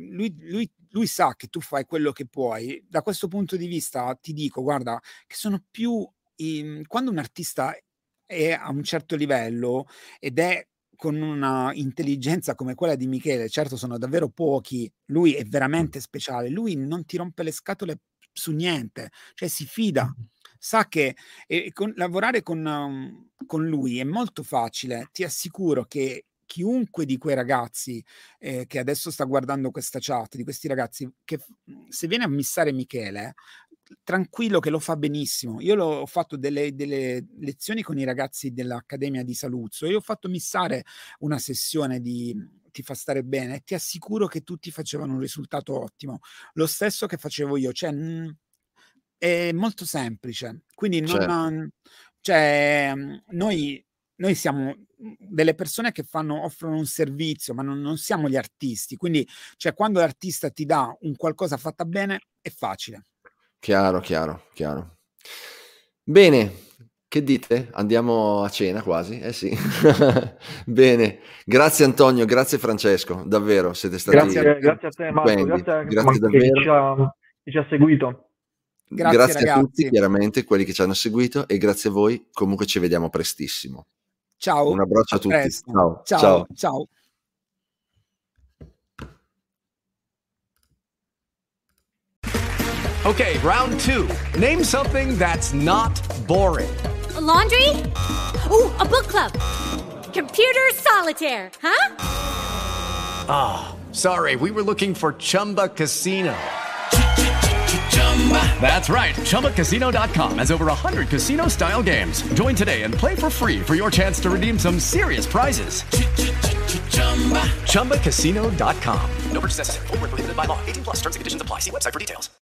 sa che tu fai quello che puoi. Da questo punto di vista ti dico, guarda, che sono più quando un artista è a un certo livello ed è con una intelligenza come quella di Michele, certo sono davvero pochi, lui è veramente speciale, lui non ti rompe le scatole su niente, cioè si fida, sa che lavorare con lui è molto facile, ti assicuro che chiunque di quei ragazzi che adesso sta guardando questa chat, di questi ragazzi, che se viene a missare Michele, tranquillo che lo fa benissimo. Io ho fatto delle lezioni con i ragazzi dell'Accademia di Saluzzo, io ho fatto missare una sessione di Ti fa stare bene e ti assicuro che tutti facevano un risultato ottimo, lo stesso che facevo io, cioè è molto semplice, quindi non, cioè, noi siamo delle persone che offrono un servizio, ma non siamo gli artisti, quindi cioè, quando l'artista ti dà un qualcosa fatta bene è facile. Chiaro. Bene, che dite? Andiamo a cena quasi? Sì. Bene, grazie Antonio, grazie Francesco, davvero siete stati grazie a te Marco, grazie davvero. Chi ci ha seguito. Grazie a tutti, chiaramente quelli che ci hanno seguito, e grazie a voi, comunque ci vediamo prestissimo. Ciao. Un abbraccio a tutti. Presto. Ciao. Okay, round 2. Name something that's not boring. A laundry? Ooh, a book club. Computer solitaire, huh? Ah, sorry, we were looking for Chumba Casino. That's right, ChumbaCasino.com has over 100 casino-style games. Join today and play for free for your chance to redeem some serious prizes. ChumbaCasino.com. No purchase necessary. Void where prohibited by law. 18+ terms and conditions apply. See website for details.